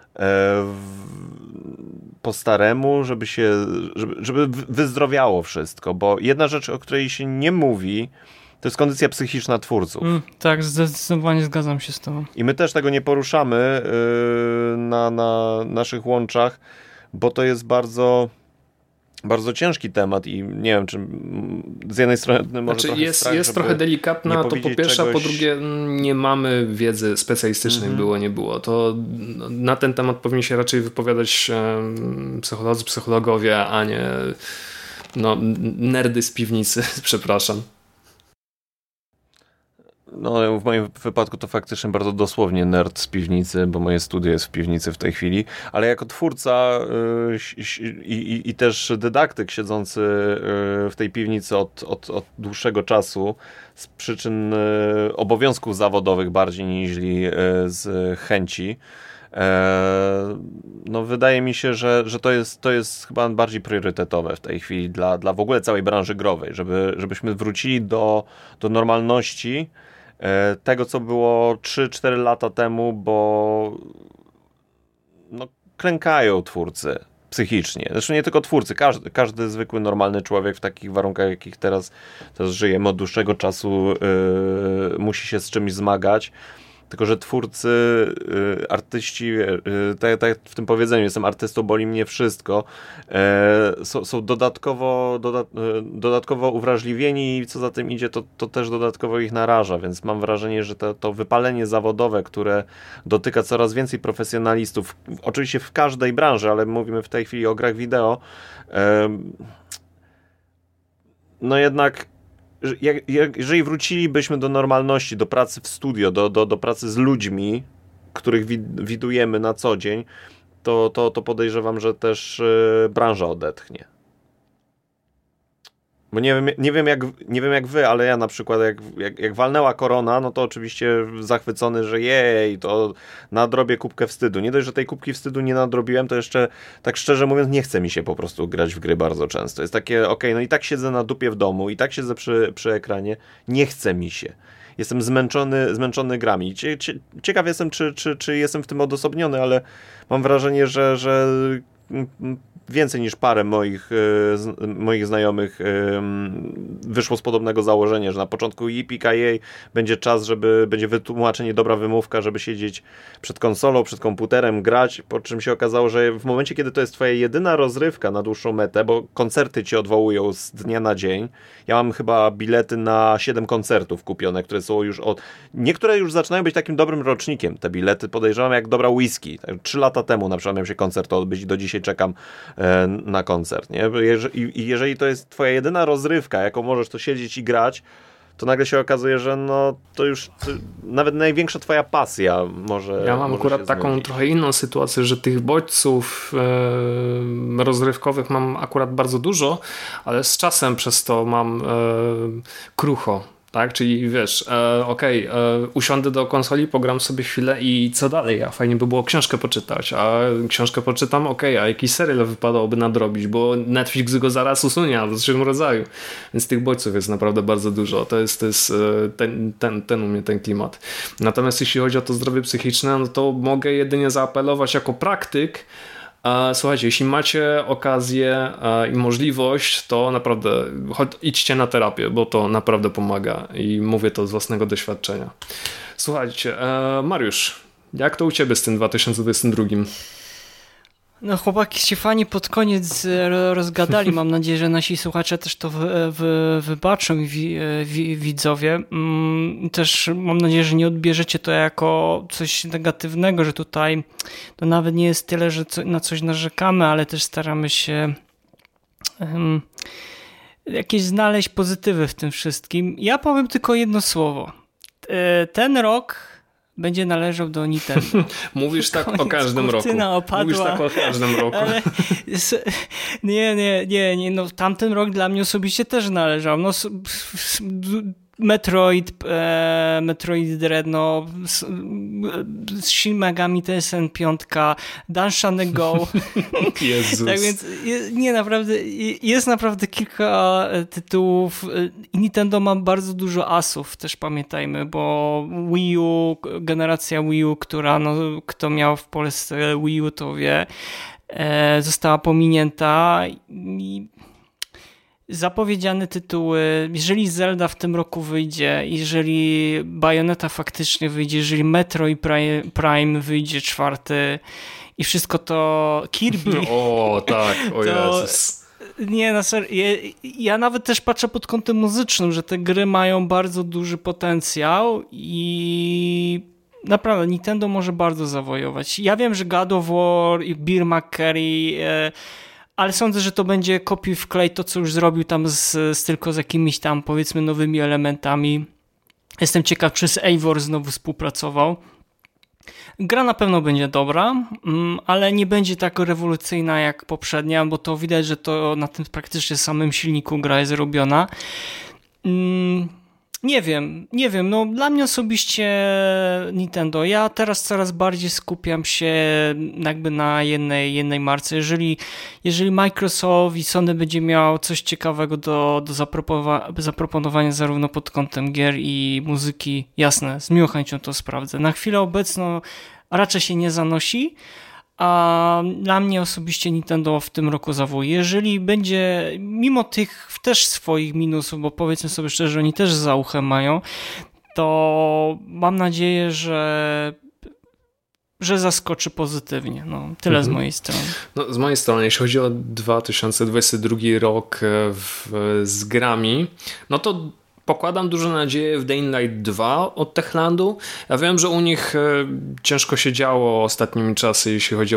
po staremu, żeby wyzdrowiało wszystko, bo jedna rzecz, o której się nie mówi, to jest kondycja psychiczna twórców. Tak, zdecydowanie zgadzam się z tobą. I my też tego nie poruszamy na naszych łączach, bo to jest bardzo, bardzo ciężki temat i nie wiem, czy z jednej strony może trochę strach, jest trochę delikatna, to po pierwsze, a po drugie nie mamy wiedzy specjalistycznej, było, nie było. To na ten temat powinni się raczej wypowiadać psycholodzy, psychologowie, a nie nerdy z piwnicy, przepraszam. No, w moim wypadku to faktycznie bardzo dosłownie nerd z piwnicy, bo moje studio jest w piwnicy w tej chwili, ale jako twórca i też dydaktyk siedzący w tej piwnicy od dłuższego czasu z przyczyn obowiązków zawodowych bardziej niż z chęci, no wydaje mi się, że to jest chyba bardziej priorytetowe w tej chwili dla w ogóle całej branży growej, żebyśmy wrócili do normalności tego, co było 3-4 lata temu, bo klękają twórcy psychicznie. Zresztą nie tylko twórcy, każdy zwykły, normalny człowiek w takich warunkach, jakich teraz żyjemy od dłuższego czasu, musi się z czymś zmagać. Tylko że twórcy, artyści, tak w tym powiedzeniu, jestem artystą, boli mnie wszystko, są dodatkowo uwrażliwieni i co za tym idzie, to też dodatkowo ich naraża, więc mam wrażenie, że to wypalenie zawodowe, które dotyka coraz więcej profesjonalistów, oczywiście w każdej branży, ale mówimy w tej chwili o grach wideo, no jednak jeżeli wrócilibyśmy do normalności, do pracy w studio, do pracy z ludźmi, których widujemy na co dzień, to podejrzewam, że też branża odetchnie. Bo nie wiem jak wy, ale ja na przykład jak walnęła korona, no to oczywiście zachwycony, że jej, to nadrobię kubkę wstydu. Nie dość, że tej kubki wstydu nie nadrobiłem, to jeszcze tak szczerze mówiąc nie chce mi się po prostu grać w gry bardzo często. Jest takie, no i tak siedzę na dupie w domu, i tak siedzę przy ekranie, nie chce mi się. Jestem zmęczony grami. Ciekaw jestem, czy jestem w tym odosobniony, ale mam wrażenie, że więcej niż parę moich znajomych wyszło z podobnego założenia, że na początku yippee-ki-yay będzie czas, będzie wytłumaczenie, dobra wymówka, żeby siedzieć przed konsolą, przed komputerem, grać, po czym się okazało, że w momencie, kiedy to jest twoja jedyna rozrywka na dłuższą metę, bo koncerty cię odwołują z dnia na dzień. Ja mam chyba bilety na 7 koncertów kupione, które są już niektóre już zaczynają być takim dobrym rocznikiem. Te bilety podejrzewam jak dobra whisky. 3 lata temu na przykład miał się koncert odbyć i do dzisiaj czekam na koncert, nie? Jeżeli to jest twoja jedyna rozrywka, jaką możesz to siedzieć i grać, to nagle się okazuje, że to już nawet największa twoja pasja może. Ja mam akurat taką znudzić. Trochę inną sytuację, że tych bodźców rozrywkowych mam akurat bardzo dużo, ale z czasem przez to mam krucho. Tak, czyli wiesz, usiądę do konsoli, pogram sobie chwilę i co dalej? A fajnie by było książkę poczytać, a książkę poczytam, a jakiś serial wypadałoby nadrobić, bo Netflix go zaraz usunie, albo z czym rodzaju. Więc tych bodźców jest naprawdę bardzo dużo. To jest ten u mnie ten klimat. Natomiast jeśli chodzi o to zdrowie psychiczne, no to mogę jedynie zaapelować jako praktyk. Słuchajcie, jeśli macie okazję i możliwość, to naprawdę idźcie na terapię, bo to naprawdę pomaga i mówię to z własnego doświadczenia. Słuchajcie, Mariusz, jak to u ciebie z tym 2022? No chłopaki się fajnie pod koniec rozgadali. Mam nadzieję, że nasi słuchacze też to wybaczą i widzowie. Też mam nadzieję, że nie odbierzecie to jako coś negatywnego, że tutaj to nawet nie jest tyle, że na coś narzekamy, ale też staramy się jakieś znaleźć pozytywy w tym wszystkim. Ja powiem tylko jedno słowo. Ten rok będzie należał do Nintendo. Mówisz tak o każdym roku. Opadła, mówisz tak o każdym roku. Ale, nie, no tamten rok dla mnie osobiście też należał. No, Metroid Dread, no, Shin Megami Tensei 5, Danshan Go. Jezus. Tak więc jest naprawdę kilka tytułów. Nintendo ma bardzo dużo asów, też pamiętajmy, bo Wii U, generacja Wii U, która, no, kto miał w Polsce Wii U, to wie, została pominięta i zapowiedziane tytuły, jeżeli Zelda w tym roku wyjdzie, jeżeli Bayonetta faktycznie wyjdzie, jeżeli Metroid Prime wyjdzie 4 i wszystko to Kirby. O tak, o Jezus. Nie, na serio. Ja nawet też patrzę pod kątem muzycznym, że te gry mają bardzo duży potencjał i naprawdę Nintendo może bardzo zawojować. Ja wiem, że God of War i Bill McCreary, ale sądzę, że to będzie kopiuj wklej to, co już zrobił tam tylko z jakimiś tam, powiedzmy, nowymi elementami. Jestem ciekaw, czy z Eivor znowu współpracował. Gra na pewno będzie dobra, ale nie będzie tak rewolucyjna jak poprzednia, bo to widać, że to na tym praktycznie samym silniku gra jest robiona. Nie wiem, no dla mnie osobiście Nintendo, ja teraz coraz bardziej skupiam się jakby na jednej marce. Jeżeli Microsoft i Sony będzie miał coś ciekawego do zaproponowania zarówno pod kątem gier i muzyki, jasne, z miłą chęcią to sprawdzę. Na chwilę obecną raczej się nie zanosi, a dla mnie osobiście Nintendo w tym roku zawołuje. Jeżeli będzie, mimo tych też swoich minusów, bo powiedzmy sobie szczerze, oni też za uchem mają, to mam nadzieję, że zaskoczy pozytywnie. No, tyle z mojej strony. No, z mojej strony, jeśli chodzi o 2022 rok z grami, no to pokładam dużo nadzieję w Dying Light 2 od Techlandu. Ja wiem, że u nich ciężko się działo ostatnimi czasy, jeśli chodzi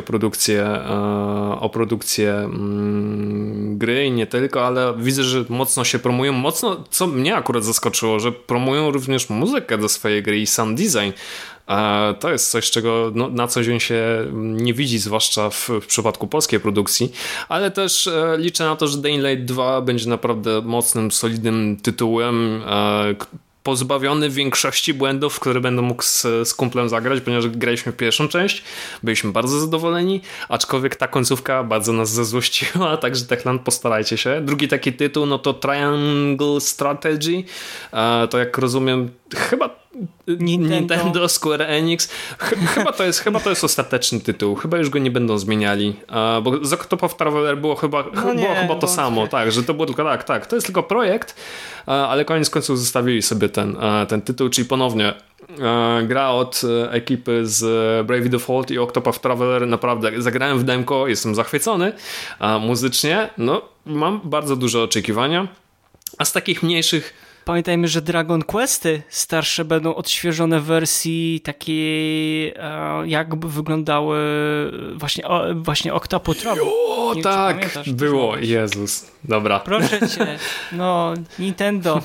o produkcję gry i nie tylko, ale widzę, że mocno się promują. Mocno, co mnie akurat zaskoczyło, że promują również muzykę do swojej gry i sound design. To jest coś, czego na co dzień się nie widzi, zwłaszcza w przypadku polskiej produkcji, ale też liczę na to, że Dying Light 2 będzie naprawdę mocnym, solidnym tytułem, pozbawiony większości błędów, które będę mógł z kumplem zagrać, ponieważ graliśmy pierwszą część, byliśmy bardzo zadowoleni, aczkolwiek ta końcówka bardzo nas zezłościła, także Techland, postarajcie się. Drugi taki tytuł, no to Triangle Strategy, to jak rozumiem, chyba Nintendo Square Enix. Chyba to jest ostateczny tytuł. Chyba już go nie będą zmieniali. Bo z Octopath Traveler było chyba to samo. Tak, że to było tylko tak. To jest tylko projekt, ale koniec końców zostawili sobie ten tytuł, czyli ponownie gra od ekipy z Bravely Default i Octopath Traveler. Naprawdę zagrałem w demko, jestem zachwycony. Muzycznie, no mam bardzo duże oczekiwania. A z takich mniejszych pamiętajmy, że Dragon Questy starsze będą odświeżone w wersji takiej, jakby wyglądały właśnie Octopath Traveler. O, tak, było. Jezus. Dobra. Proszę cię. No, Nintendo.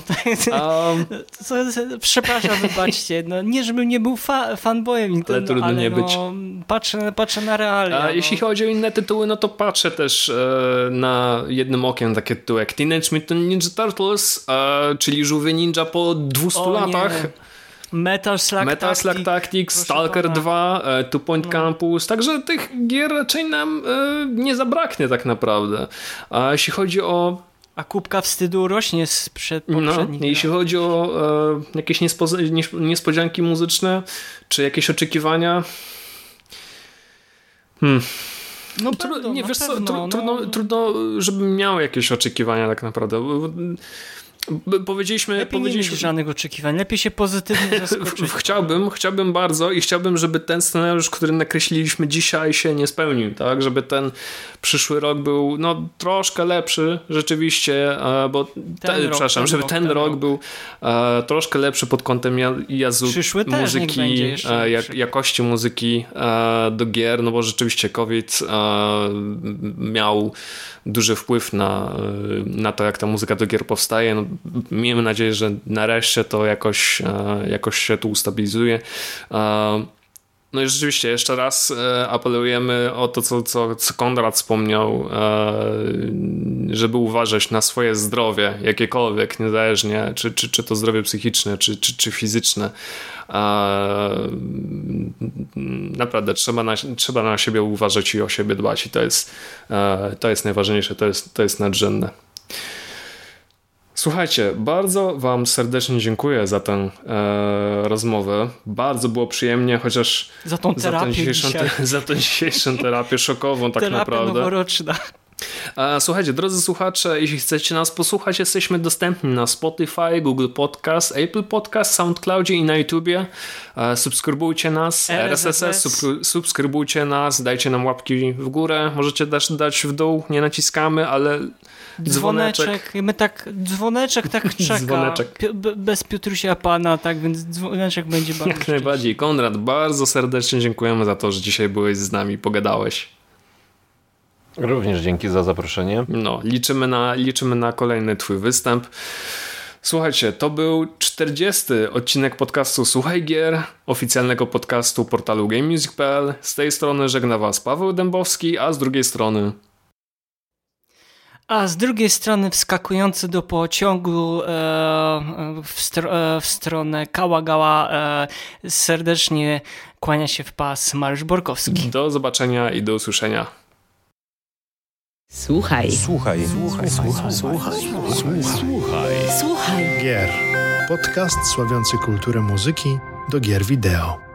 Przepraszam, wybaczcie. No, nie, żebym nie był fanboyem Nintendo, ale trudno nie być. Patrzę na realia. Jeśli chodzi o inne tytuły, no to patrzę też na jednym okiem takie tytuły jak Teenage Mutant Ninja Turtles, czyli Żółwie Ninja po 200 latach. Metal Slug Tactics, Stalker 2, Two Point Campus, także tych gier raczej nam nie zabraknie tak naprawdę. A jeśli chodzi o... A kubka wstydu rośnie sprzed poprzednich. Jeśli chodzi o jakieś niespodzianki muzyczne, czy jakieś oczekiwania... No trudno, żebym miał jakieś oczekiwania tak naprawdę. powiedzieliśmy... Lepiej nie mieć żadnych oczekiwań, lepiej się pozytywnie zaskoczyć. Chciałbym bardzo i chciałbym, żeby ten scenariusz, który nakreśliliśmy dzisiaj, się nie spełnił, tak? Żeby ten przyszły rok był troszkę lepszy rzeczywiście, bo żeby ten rok był troszkę lepszy pod kątem muzyki, jakości muzyki do gier, no bo rzeczywiście COVID miał duży wpływ na to, jak ta muzyka do gier powstaje. No, miejmy nadzieję, że nareszcie to jakoś się tu ustabilizuje. No i rzeczywiście jeszcze raz apelujemy o to, co Konrad wspomniał, żeby uważać na swoje zdrowie, jakiekolwiek, niezależnie, czy to zdrowie psychiczne, czy fizyczne. Naprawdę trzeba na siebie uważać i o siebie dbać i to jest najważniejsze, to jest nadrzędne. Słuchajcie, bardzo wam serdecznie dziękuję za tę rozmowę. Bardzo było przyjemnie, chociaż za tą dzisiejszą terapię szokową tak naprawdę. Terapia noworoczna. Słuchajcie, drodzy słuchacze, jeśli chcecie nas posłuchać, jesteśmy dostępni na Spotify, Google Podcast, Apple Podcast, SoundCloudzie i na YouTubie. Subskrybujcie nas, RSS, subskrybujcie nas, dajcie nam łapki w górę, możecie dać w dół, nie naciskamy, ale dzwoneczek. Dzwoneczek tak czeka. Dzwoneczek. Bez Piotrusia Pana, tak więc dzwoneczek będzie bardzo jak najbardziej. Konrad, bardzo serdecznie dziękujemy za to, że dzisiaj byłeś z nami, pogadałeś. Również dzięki za zaproszenie. No, liczymy na kolejny twój występ. Słuchajcie, to był 40. odcinek podcastu Słuchaj Gier, oficjalnego podcastu portalu GameMusic.pl. Z tej strony żegna was Paweł Dębowski, a z drugiej strony wskakujący do pociągu w stronę Kałagała serdecznie kłania się w pas Mariusz Borkowski. Do zobaczenia i do usłyszenia. Słuchaj. Gier. Podcast sławiący kulturę muzyki do gier wideo.